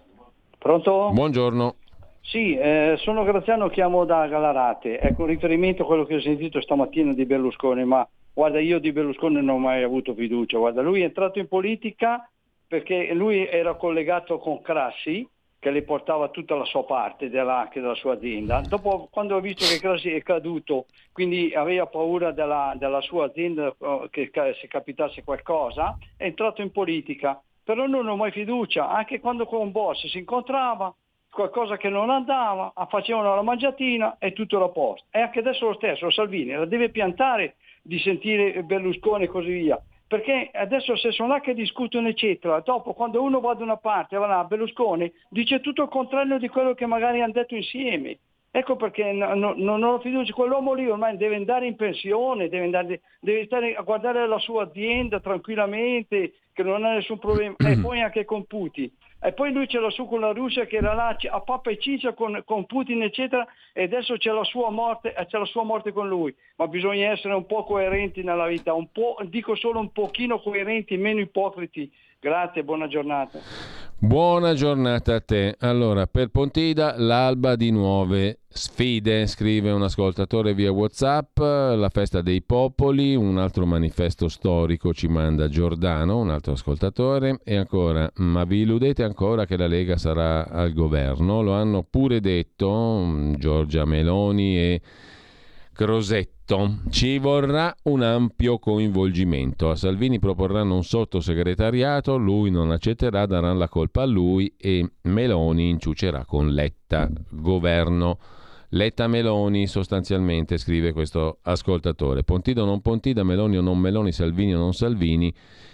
Pronto? Buongiorno. Sì, eh, sono Graziano, chiamo da Gallarate. Ecco, in riferimento a quello che ho sentito stamattina di Berlusconi, ma guarda, io di Berlusconi non ho mai avuto fiducia. Guarda, lui è entrato in politica perché lui era collegato con Craxi, che le portava tutta la sua parte della, anche della sua azienda. Dopo, quando ho visto che Craxi è caduto, quindi aveva paura della, della sua azienda che se capitasse qualcosa, è entrato in politica. Però non ho mai fiducia, anche quando con Boss si incontrava, qualcosa che non andava, facevano la mangiatina e tutto era a posto. E anche adesso lo stesso, Salvini la deve piantare di sentire Berlusconi e così via, perché adesso se sono là che discutono eccetera, dopo quando uno va da una parte e va là, Berlusconi dice tutto il contrario di quello che magari hanno detto insieme. Ecco perché no, no, non ho fiducia, quell'uomo lì ormai deve andare in pensione, deve, andare, deve stare a guardare la sua azienda tranquillamente, che non ha nessun problema, e poi anche con Putin. E poi lui ce l'ha su con la Russia, che era là a pappa e ciccia con, con Putin eccetera, e adesso c'è la sua morte, c'è la sua morte con lui. Ma bisogna essere un po' coerenti nella vita, un po', dico solo un pochino coerenti, meno ipocriti. Grazie, buona giornata. Buona giornata a te. Allora, per Pontida l'alba di nuove sfide, scrive un ascoltatore via WhatsApp, la festa dei popoli, un altro manifesto storico ci manda Giordano, un altro ascoltatore, e ancora, ma vi illudete ancora che la Lega sarà al governo? Lo hanno pure detto Giorgia Meloni e Crosetto. Ci vorrà un ampio coinvolgimento. A Salvini proporranno un sottosegretariato, lui non accetterà, daranno la colpa a lui e Meloni inciucerà con Letta. Governo Letta-Meloni sostanzialmente, scrive questo ascoltatore. Pontida o non Pontida, Meloni o non Meloni, Salvini o non Salvini,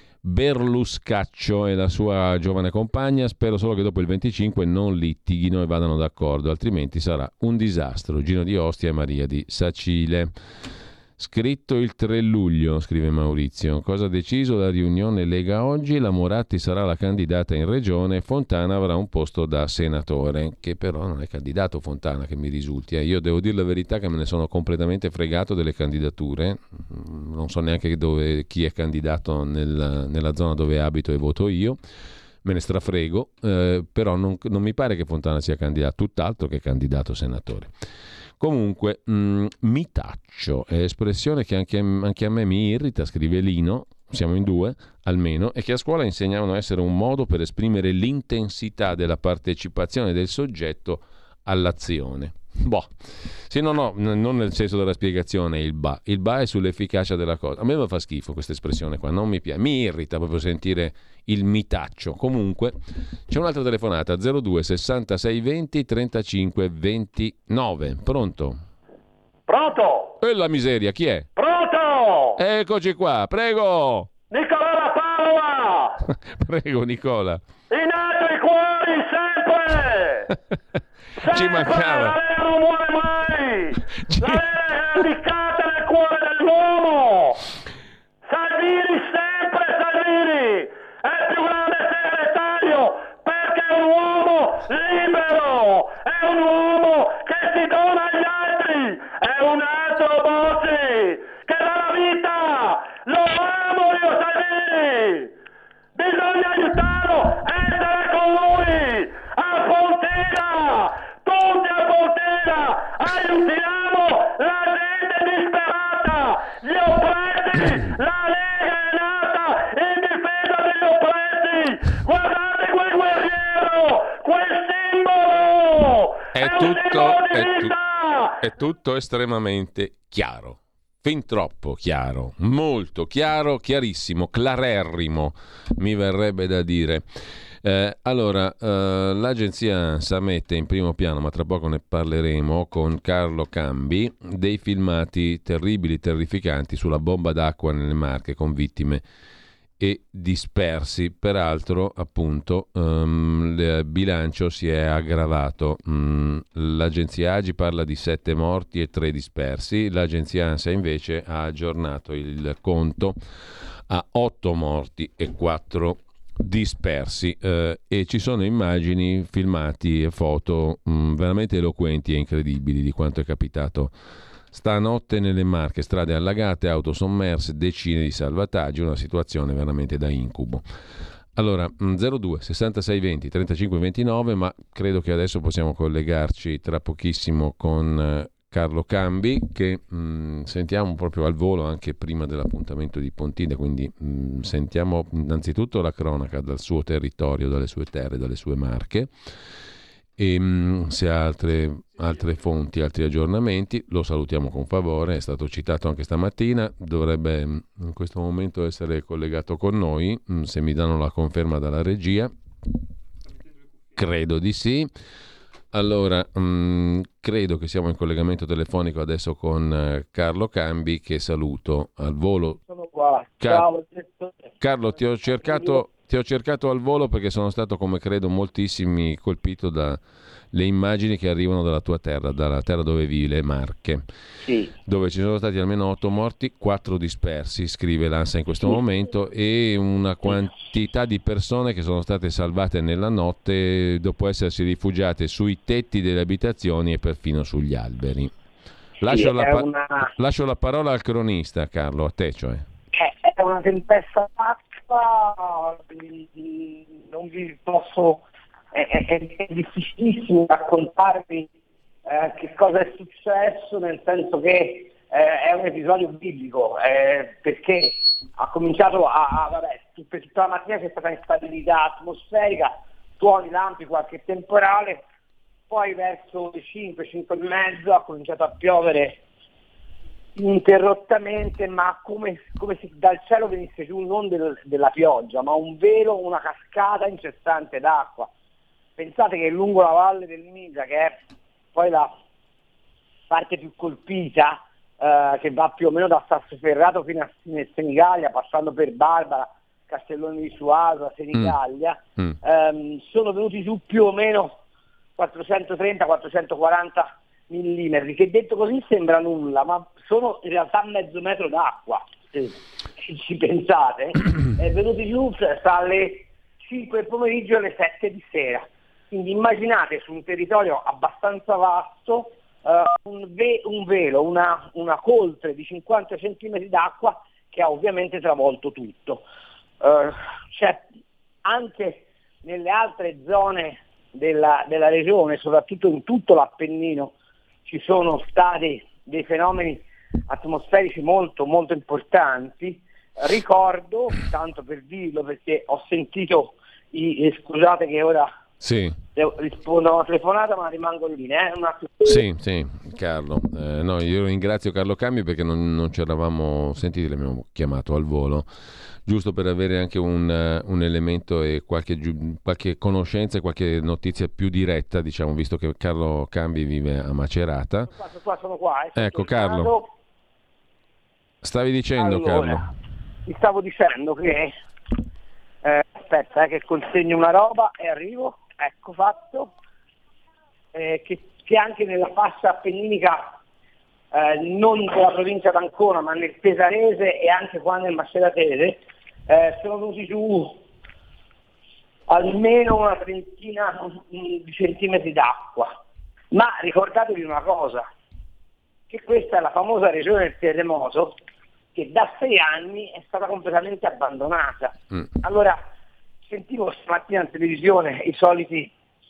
Berluscaccio e la sua giovane compagna, spero solo che dopo il venticinque non litighino e vadano d'accordo, altrimenti sarà un disastro. Gino di Ostia e Maria di Sacile. Scritto il tre luglio, scrive Maurizio. Cosa ha deciso la riunione Lega oggi? La Moratti sarà la candidata in regione, Fontana avrà un posto da senatore, che però non è candidato Fontana, che mi risulti. Eh. Io devo dire la verità che me ne sono completamente fregato delle candidature, non so neanche dove, chi è candidato nel, nella zona dove abito e voto io, me ne strafrego, eh, però non, non mi pare che Fontana sia candidato, tutt'altro che candidato senatore. Comunque, mh, mi taccio, è espressione che anche, anche a me mi irrita, scrive Lino, siamo in due almeno, e che a scuola insegnavano a essere un modo per esprimere l'intensità della partecipazione del soggetto all'azione. Boh, sì, no, no, non nel senso della spiegazione, il ba. Il ba è sull'efficacia della cosa. A me mi fa schifo questa espressione qua, non mi piace, mi irrita proprio sentire il mitaccio. Comunque, c'è un'altra telefonata, zero due sessantasei venti trentacinque ventinove. Pronto? Pronto? E la miseria, chi è? Pronto? Eccoci qua, prego! Nicola da Padova! Prego, Nicola. In alto i cuori sempre! Ci mancava. La Lega non muore mai! La Lega è radicata nel cuore dell'uomo! Salvini sempre Salvini! È il più grande segretario perché è un uomo libero! È un uomo che si dona agli altri! È un altro Bossi che dà la vita! Lo amo io Salvini! Bisogna aiutarlo! Essere con lui! A Pontida! Tutti a Pontida! Aiutiamo la gente disperata! Gli oppressi! La Lega è nata in difesa degli oppressi! Guardate quel guerriero! Quel simbolo! È, è tutto, un simbolo di è, tu- vita! è tutto estremamente chiaro. Fin troppo chiaro, molto chiaro, chiarissimo, clarerrimo, mi verrebbe da dire. Eh, allora, eh, l'agenzia ANSA mette in primo piano, ma tra poco ne parleremo con Carlo Cambi, dei filmati terribili, terrificanti sulla bomba d'acqua nelle Marche con vittime e dispersi. Peraltro, appunto, um, il bilancio si è aggravato. Um, l'agenzia Agi parla di sette morti e tre dispersi. L'agenzia ANSA invece ha aggiornato il conto a otto morti e quattro dispersi eh, e ci sono immagini, filmati e foto mh, veramente eloquenti e incredibili di quanto è capitato stanotte nelle Marche, strade allagate, auto sommerse, decine di salvataggi, una situazione veramente da incubo. Allora, zero due sessantasei venti trentacinque ventinove, ma credo che adesso possiamo collegarci tra pochissimo con eh, Carlo Cambi, che mh, sentiamo proprio al volo anche prima dell'appuntamento di Pontida, quindi mh, sentiamo innanzitutto la cronaca dal suo territorio, dalle sue terre, dalle sue Marche, e mh, se ha altre, altre fonti, altri aggiornamenti, lo salutiamo con favore, è stato citato anche stamattina, dovrebbe mh, in questo momento essere collegato con noi, mh, se mi danno la conferma dalla regia, credo di sì. Allora, mh, credo che siamo in collegamento telefonico adesso con eh, Carlo Cambi, che saluto al volo. Sono qua. Car- Ciao. Carlo, ti ho cercato, ti ho cercato al volo perché sono stato, come credo moltissimi, colpito dalle immagini che arrivano dalla tua terra, dalla terra dove vivi, le Marche, sì. Dove ci sono stati almeno otto morti, quattro dispersi, scrive l'ANSA in questo sì. momento, e una quantità di persone che sono state salvate nella notte dopo essersi rifugiate sui tetti delle abitazioni e perfino sugli alberi. Lascio, sì, la, pa- una... lascio la parola al cronista, Carlo, a te cioè. È una tempesta d'acqua, non vi posso, è, è, è difficilissimo raccontarvi eh, che cosa è successo, nel senso che eh, è un episodio biblico, eh, perché ha cominciato a, a vabbè, per tutta la mattina c'è stata instabilità atmosferica, tuoni, lampi, qualche temporale, poi verso le cinque, cinque e mezzo ha cominciato a piovere ininterrottamente, ma come, come se dal cielo venisse giù non del, della pioggia, ma un velo, una cascata incessante d'acqua. Pensate che lungo la valle del Misa, che è poi la parte più colpita, eh, che va più o meno da Sassoferrato fino a Senigallia, passando per Barbara, Castellone di Suaso, Senigallia, mm. ehm, sono venuti su più o meno quattrocentotrenta quattrocentoquaranta millimetri, che detto così sembra nulla, ma sono in realtà mezzo metro d'acqua, se ci pensate. È venuto giù tra le cinque del pomeriggio e le sette di sera, quindi immaginate su un territorio abbastanza vasto uh, un, ve- un velo, una, una coltre di cinquanta centimetri d'acqua che ha ovviamente travolto tutto. Uh, c'è anche nelle altre zone della, della regione, soprattutto in tutto l'Appennino, ci sono stati dei fenomeni atmosferici molto molto importanti. Ricordo, tanto per dirlo perché ho sentito i, eh, scusate che ora sì. devo, rispondo a una telefonata, ma rimango in linea, eh? Un attimo. Sì, sì, Carlo. Eh, no, io ringrazio Carlo Cambi perché non, non ci eravamo sentiti, l'abbiamo chiamato al volo, giusto per avere anche un, uh, un elemento e qualche, qualche conoscenza e qualche notizia più diretta, diciamo, visto che Carlo Cambi vive a Macerata. Sono qua, sono qua, sono qua, eh, ecco, Carlo. Stavi dicendo, allora, Carlo? Ti stavo dicendo che eh, aspetta eh, che consegno una roba e arrivo, ecco fatto, eh, che, che anche nella fascia appenninica, eh, non della provincia d'Ancona, ma nel Pesarese e anche qua nel Maceratese, eh, sono venuti giù almeno una trentina di centimetri d'acqua. Ma ricordatevi una cosa, che questa è la famosa regione del terremoto, che da sei anni è stata completamente abbandonata. Mm. Allora, sentivo stamattina in televisione i soliti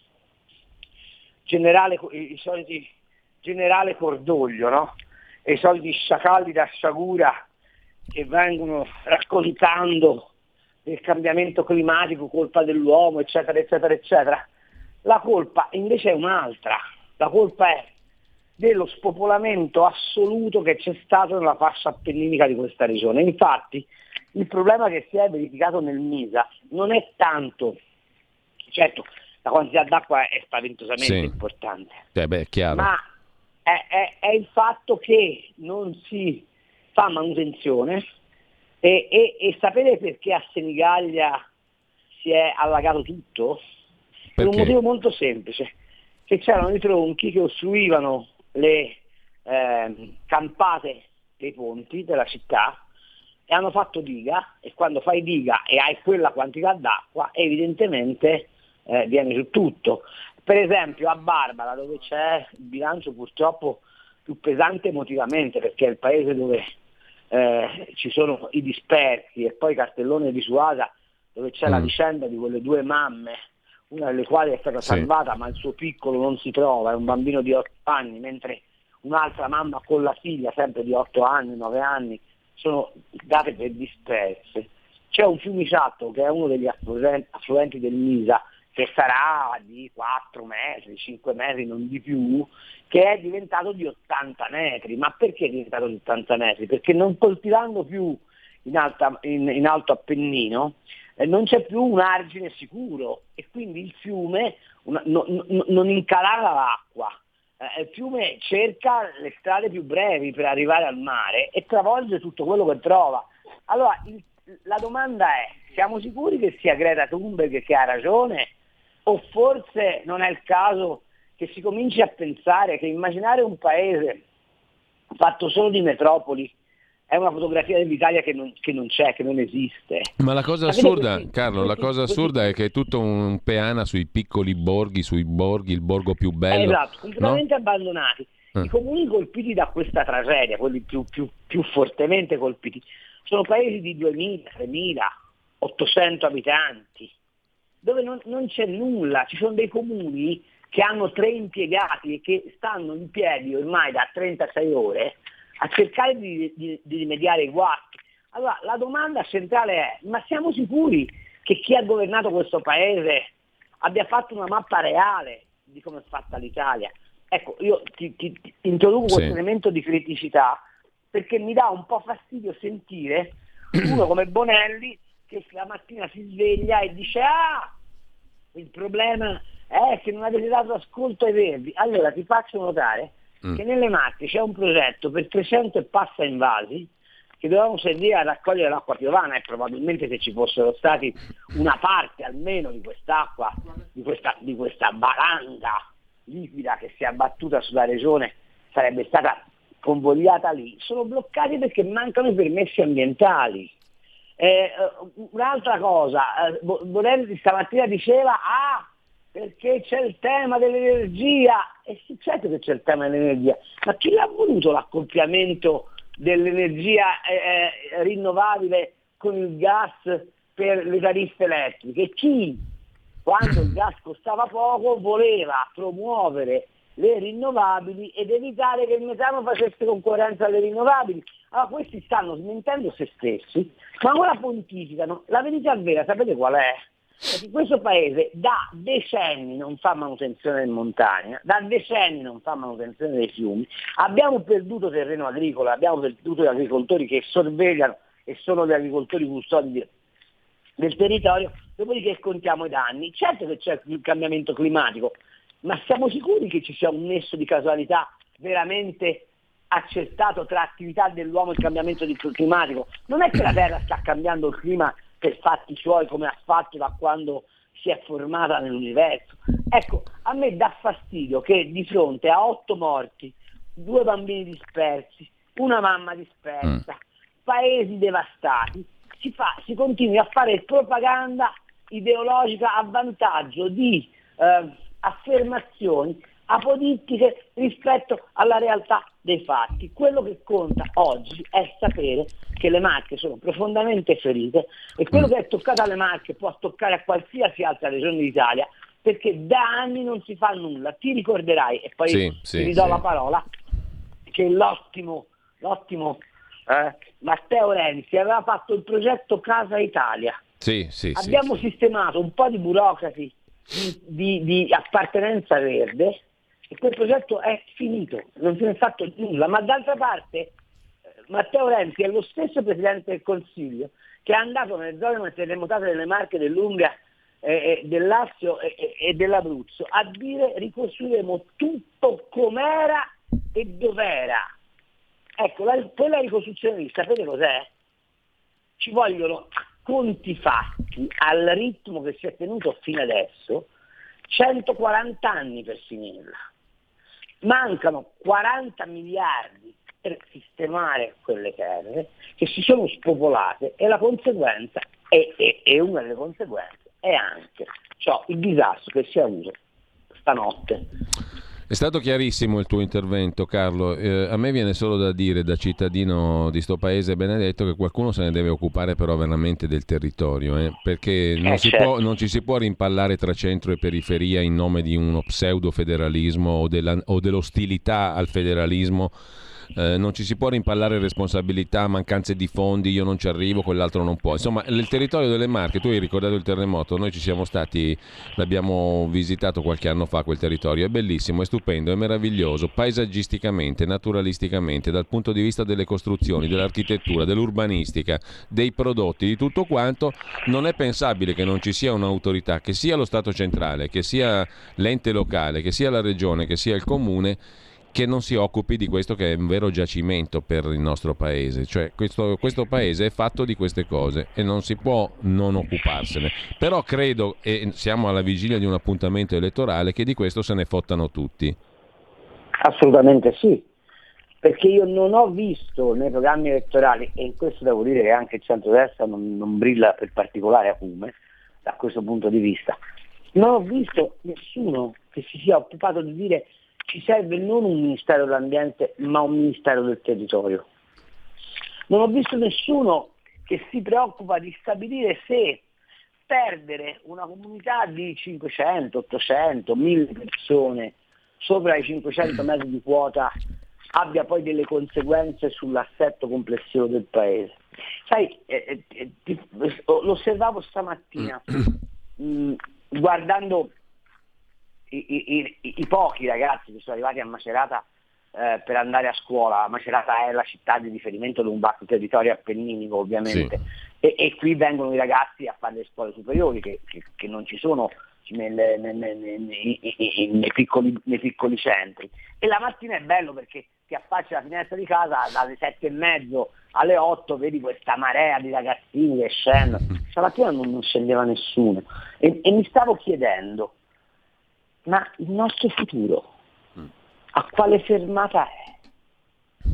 generale, i soliti generale Cordoglio, no? E i soliti sciacalli da sciagura che vengono raccontando del cambiamento climatico, colpa dell'uomo, eccetera, eccetera, eccetera. La colpa invece è un'altra. La colpa è dello spopolamento assoluto che c'è stato nella fascia appenninica di questa regione. Infatti il problema che si è verificato nel Misa non è tanto, certo la quantità d'acqua è spaventosamente sì. importante, eh beh, chiaro. ma è, è, è il fatto che non si fa manutenzione e, e, e sapete perché a Senigallia si è allagato tutto? Perché? Per un motivo molto semplice, che c'erano i tronchi che ostruivano le eh, campate dei ponti della città, e hanno fatto diga, e quando fai diga e hai quella quantità d'acqua evidentemente eh, viene su tutto. Per esempio a Barbara, dove c'è il bilancio purtroppo più pesante emotivamente, perché è il paese dove eh, ci sono i dispersi, e poi Castellone di Suasa, dove c'è mm. la vicenda di quelle due mamme, una delle quali è stata sì. salvata ma il suo piccolo non si trova, è un bambino di otto anni, mentre un'altra mamma con la figlia sempre di otto anni, nove anni, sono date per disperse. C'è un Fiumiciatto che è uno degli affluenti del Misa, che sarà di quattro metri, cinque metri, non di più, che è diventato di ottanta metri. Ma perché è diventato di ottanta metri? Perché non coltivando più in, alta, in, in alto Appennino eh, non c'è più un argine sicuro, e quindi il fiume una, no, no, non incanala l'acqua. Eh, il fiume cerca le strade più brevi per arrivare al mare e travolge tutto quello che trova. Allora il, la domanda è: siamo sicuri che sia Greta Thunberg che ha ragione, o forse non è il caso che si cominci a pensare che immaginare un paese fatto solo di metropoli è una fotografia dell'Italia che non, che non c'è, che non esiste? Ma la cosa Sapete assurda, questi, Carlo, questi, la cosa questi, assurda è che è tutto un peana sui piccoli borghi, sui borghi, il borgo più bello. Esatto, completamente no? abbandonati. Eh. I comuni colpiti da questa tragedia, quelli più, più, più fortemente colpiti, sono paesi di duemila, tremila, ottocento abitanti, dove non, non c'è nulla. Ci sono dei comuni che hanno tre impiegati e che stanno in piedi ormai da trentasei ore a cercare di, di, di rimediare i guasti. Allora la domanda centrale è: ma siamo sicuri che chi ha governato questo paese abbia fatto una mappa reale di come è fatta l'Italia? Ecco, io ti, ti, ti introduco sì. questo elemento di criticità perché mi dà un po' fastidio sentire uno come Bonelli che la mattina si sveglia e dice: ah, il problema è che non avete dato ascolto ai verdi. Allora ti faccio notare mm. che nelle Marche c'è un progetto per trecento e passa invasi che dovevano servire a raccogliere l'acqua piovana, e probabilmente se ci fossero stati una parte almeno di quest'acqua, di questa, di questa valanga liquida che si è abbattuta sulla regione, sarebbe stata convogliata lì. Sono bloccati perché mancano i permessi ambientali. Eh, un'altra cosa, eh, Bonelli stamattina diceva: ah, perché c'è il tema dell'energia. E sì, certo che c'è il tema dell'energia, ma chi l'ha voluto l'accoppiamento dell'energia eh, rinnovabile con il gas per le tariffe elettriche? Chi, quando il gas costava poco, voleva promuovere le rinnovabili ed evitare che il metano facesse concorrenza alle rinnovabili? Allora questi stanno smentendo se stessi, ma ora pontificano. La verità vera, sapete qual è? Perché questo paese da decenni non fa manutenzione in montagna, da decenni non fa manutenzione dei fiumi, abbiamo perduto terreno agricolo, abbiamo perduto gli agricoltori che sorvegliano e sono gli agricoltori custodi del territorio, dopodiché contiamo i danni. Certo che c'è il cambiamento climatico, ma siamo sicuri che ci sia un nesso di causalità veramente accertato tra attività dell'uomo e il cambiamento climatico? Non è che la Terra sta cambiando il clima per fatti suoi come ha fatto da quando si è formata nell'universo. Ecco, a me dà fastidio che di fronte a otto morti, due bambini dispersi, una mamma dispersa, mm. paesi devastati, si, fa, si continui a fare propaganda ideologica a vantaggio di eh, affermazioni apodittiche rispetto alla realtà dei fatti. Quello che conta oggi è sapere che le Marche sono profondamente ferite, e quello che è toccato alle Marche può toccare a qualsiasi altra regione d'Italia, perché da anni non si fa nulla. Ti ricorderai, e poi sì, ti sì, ridò sì. la parola, che l'ottimo, l'ottimo eh, Matteo Renzi aveva fatto il progetto Casa Italia. Sì, sì, Abbiamo sì, sistemato un po' di burocrati di, di, di appartenenza verde, e quel progetto è finito, non se ne è fatto nulla. Ma d'altra parte Matteo Renzi è lo stesso Presidente del Consiglio che è andato nelle zone terremotate delle Marche, dell'Umbria, eh, del Lazio e, e dell'Abruzzo a dire: ricostruiremo tutto com'era e dov'era. Ecco, la, quella ricostruzione lì, sapete cos'è? Ci vogliono conti fatti al ritmo che si è tenuto fino adesso centoquaranta anni per finirla. Mancano quaranta miliardi per sistemare sistemare quelle terre che si sono spopolate, e la conseguenza è, è, è una delle conseguenze è anche cioè, il disastro che si è avuto stanotte. È stato chiarissimo il tuo intervento, Carlo. Eh, a me viene solo da dire, da cittadino di sto paese benedetto, che qualcuno se ne deve occupare però veramente del territorio, eh? perché non, eh, si certo. può, non ci si può rimpallare tra centro e periferia in nome di uno pseudo-federalismo o, della, o dell'ostilità al federalismo. Eh, non ci si può rimpallare responsabilità, mancanze di fondi, io non ci arrivo, quell'altro non può. Insomma, il territorio delle Marche, tu hai ricordato il terremoto, noi ci siamo stati, l'abbiamo visitato qualche anno fa quel territorio, è bellissimo, è stupendo, è meraviglioso, paesaggisticamente, naturalisticamente, dal punto di vista delle costruzioni, dell'architettura, dell'urbanistica, dei prodotti, di tutto quanto. Non è pensabile che non ci sia un'autorità, che sia lo Stato centrale, che sia l'ente locale, che sia la regione, che sia il comune, che non si occupi di questo, che è un vero giacimento per il nostro paese. Cioè questo, questo paese è fatto di queste cose e non si può non occuparsene. Però credo, e siamo alla vigilia di un appuntamento elettorale, che di questo se ne fottano tutti. Assolutamente sì, perché io non ho visto nei programmi elettorali, e in questo devo dire che anche il centrodestra non, non brilla per particolare acume da questo punto di vista, non ho visto nessuno che si sia occupato di dire ci serve non un Ministero dell'Ambiente ma un Ministero del Territorio. Non ho visto nessuno che si preoccupa di stabilire se perdere una comunità di cinquecento, ottocento, mille persone sopra i cinquecento metri di quota abbia poi delle conseguenze sull'assetto complessivo del paese. Sai, eh, eh, ti, lo osservavo stamattina mh, guardando I, i, i, i pochi ragazzi che sono arrivati a Macerata eh, per andare a scuola. Macerata è la città di riferimento di un vasto territorio appenninico ovviamente, sì. e, e qui vengono i ragazzi a fare le scuole superiori che, che, che non ci sono nelle, nelle, nelle, nei, nei, piccoli, nei piccoli centri, e la mattina è bello perché ti affacci alla finestra di casa dalle sette e mezzo alle otto, vedi questa marea di ragazzini che scendono. Stamattina non, non scendeva nessuno e, e mi stavo chiedendo, ma il nostro futuro a quale fermata è?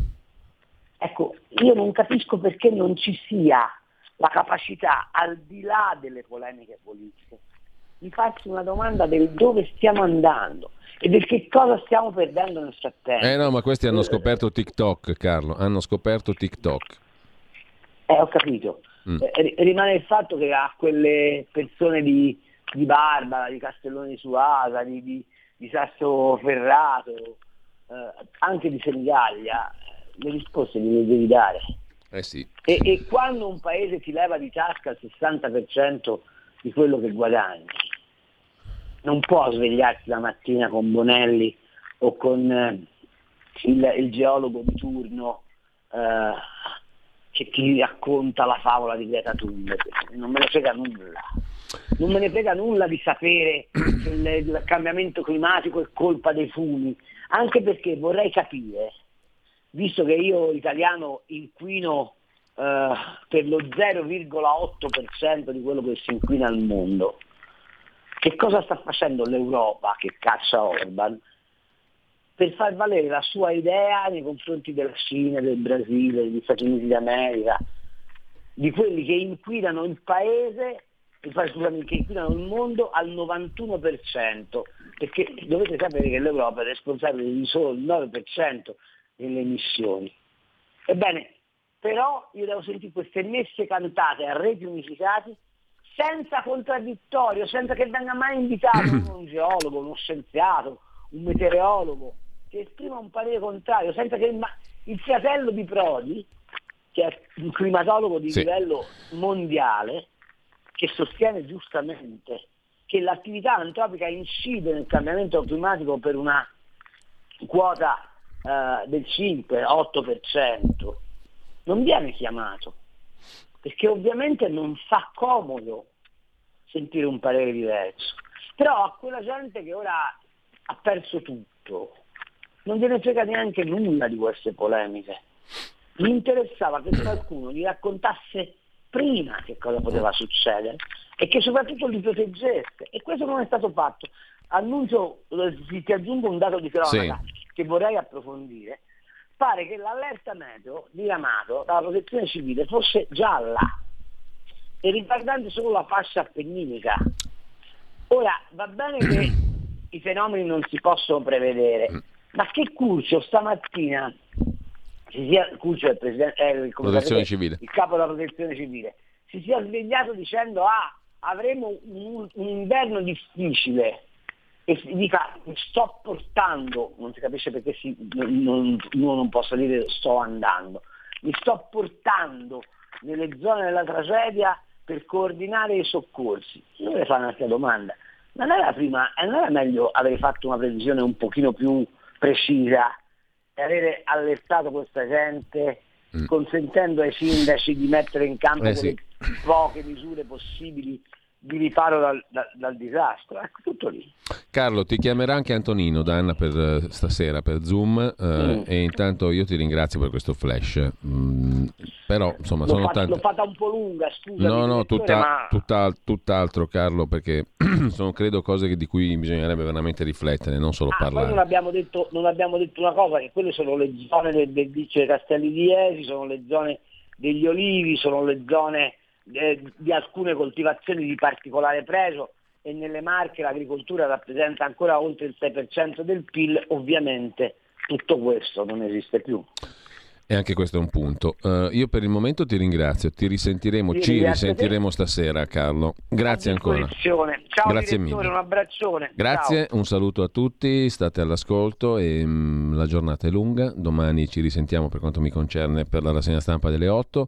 Ecco, io non capisco perché non ci sia la capacità, al di là delle polemiche politiche, di farsi una domanda del dove stiamo andando e del che cosa stiamo perdendo nel frattempo. Eh no, ma questi hanno scoperto TikTok, Carlo, hanno scoperto TikTok. Eh, ho capito. Mm. Eh, rimane il fatto che a quelle persone di di Barbara, di Castellone di Suasa, di, di, di Sassoferrato, eh, anche di Senigallia, le risposte le devi dare. Eh sì. E, e quando un paese ti leva di tasca il sessanta per cento di quello che guadagni, non può svegliarsi la mattina con Bonelli o con eh, il, il geologo di turno eh, che ti racconta la favola di Greta Thunberg. Non me ne frega nulla. Non me ne frega nulla di sapere che il, il cambiamento climatico è colpa dei fumi, anche perché vorrei capire, visto che io italiano inquino eh, per lo zero virgola otto per cento di quello che si inquina al mondo, che cosa sta facendo l'Europa che caccia Orban per far valere la sua idea nei confronti della Cina, del Brasile, degli Stati Uniti d'America, di quelli che inquinano il paese, scusami, che inquinano il mondo al novantuno per cento, perché dovete sapere che l'Europa è responsabile di solo il nove per cento delle emissioni. Ebbene, però io devo sentire queste messe cantate a reti unificati senza contraddittorio, senza che venga mai invitato un geologo, uno scienziato, un meteorologo che esprima un parere contrario, senza che il, il fratello di Prodi, che è un climatologo di sì. livello mondiale, che sostiene giustamente che l'attività antropica incide nel cambiamento climatico per una quota eh, del cinque otto per cento, non viene chiamato, perché ovviamente non fa comodo sentire un parere diverso. Però a quella gente che ora ha perso tutto non gliene frega neanche nulla di queste polemiche. Gli interessava che qualcuno gli raccontasse prima che cosa poteva succedere e che soprattutto li proteggesse, e questo non è stato fatto. Annuncio, ti aggiungo un dato di cronaca sì. che vorrei approfondire. pare che l'allerta meteo diramato dalla protezione civile fosse gialla e riguardante solo la fascia appenninica. Ora, va bene che i fenomeni non si possono prevedere, ma che Curcio stamattina, si sia, Curcio è il, presidente, è il, protezione sapete, civile. il capo della protezione civile, si sia svegliato dicendo ah, avremo un, un inverno difficile, e si dica sto portando, non si capisce perché si, non, uno non possa dire sto andando, mi sto portando nelle zone della tragedia per coordinare i soccorsi. Io vorrei fare un'altra domanda: non era prima, non era meglio aver fatto una previsione un pochino più precisa e avere allertato questa gente, mm. consentendo ai sindaci di mettere in campo eh, quelle sì. poche misure possibili di riparo dal, dal, dal disastro? Ecco, tutto lì. Carlo, ti chiamerà anche Antonino Danna per uh, stasera per Zoom uh, mm. e intanto io ti ringrazio per questo flash. Mm, però insomma l'ho sono fatto, tante... l'ho fatta un po' lunga, scusa. No, no, tutta, ma... tutta, tutt'altro Carlo, perché sono credo cose di cui bisognerebbe veramente riflettere, non solo ah, parlare. Poi non abbiamo, detto, non abbiamo detto una cosa, che quelle sono le zone del, del Dice Castelli di Esi, sono le zone degli olivi, sono le zone eh, di alcune coltivazioni di particolare pregio, e nelle Marche l'agricoltura rappresenta ancora oltre il sei per cento del P I L. Ovviamente tutto questo non esiste più. E anche questo è un punto. Uh, io per il momento ti ringrazio, ti risentiremo, Io ci risentiremo te. stasera, Carlo. Grazie ancora. Ciao Grazie direttore, mille. Un abbraccione. Grazie, Ciao. Un saluto a tutti, state all'ascolto e mh, la giornata è lunga. Domani ci risentiamo per quanto mi concerne per la rassegna stampa delle otto.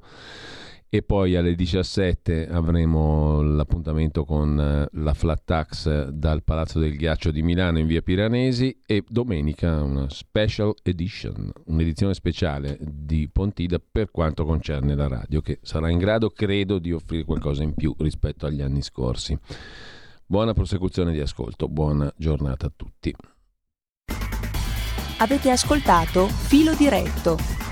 E poi alle diciassette avremo l'appuntamento con la flat tax dal Palazzo del Ghiaccio di Milano in via Piranesi, e domenica una special edition, un'edizione speciale di Pontida per quanto concerne la radio, che sarà in grado, credo, di offrire qualcosa in più rispetto agli anni scorsi. Buona prosecuzione di ascolto, buona giornata a tutti. Avete ascoltato Filo Diretto.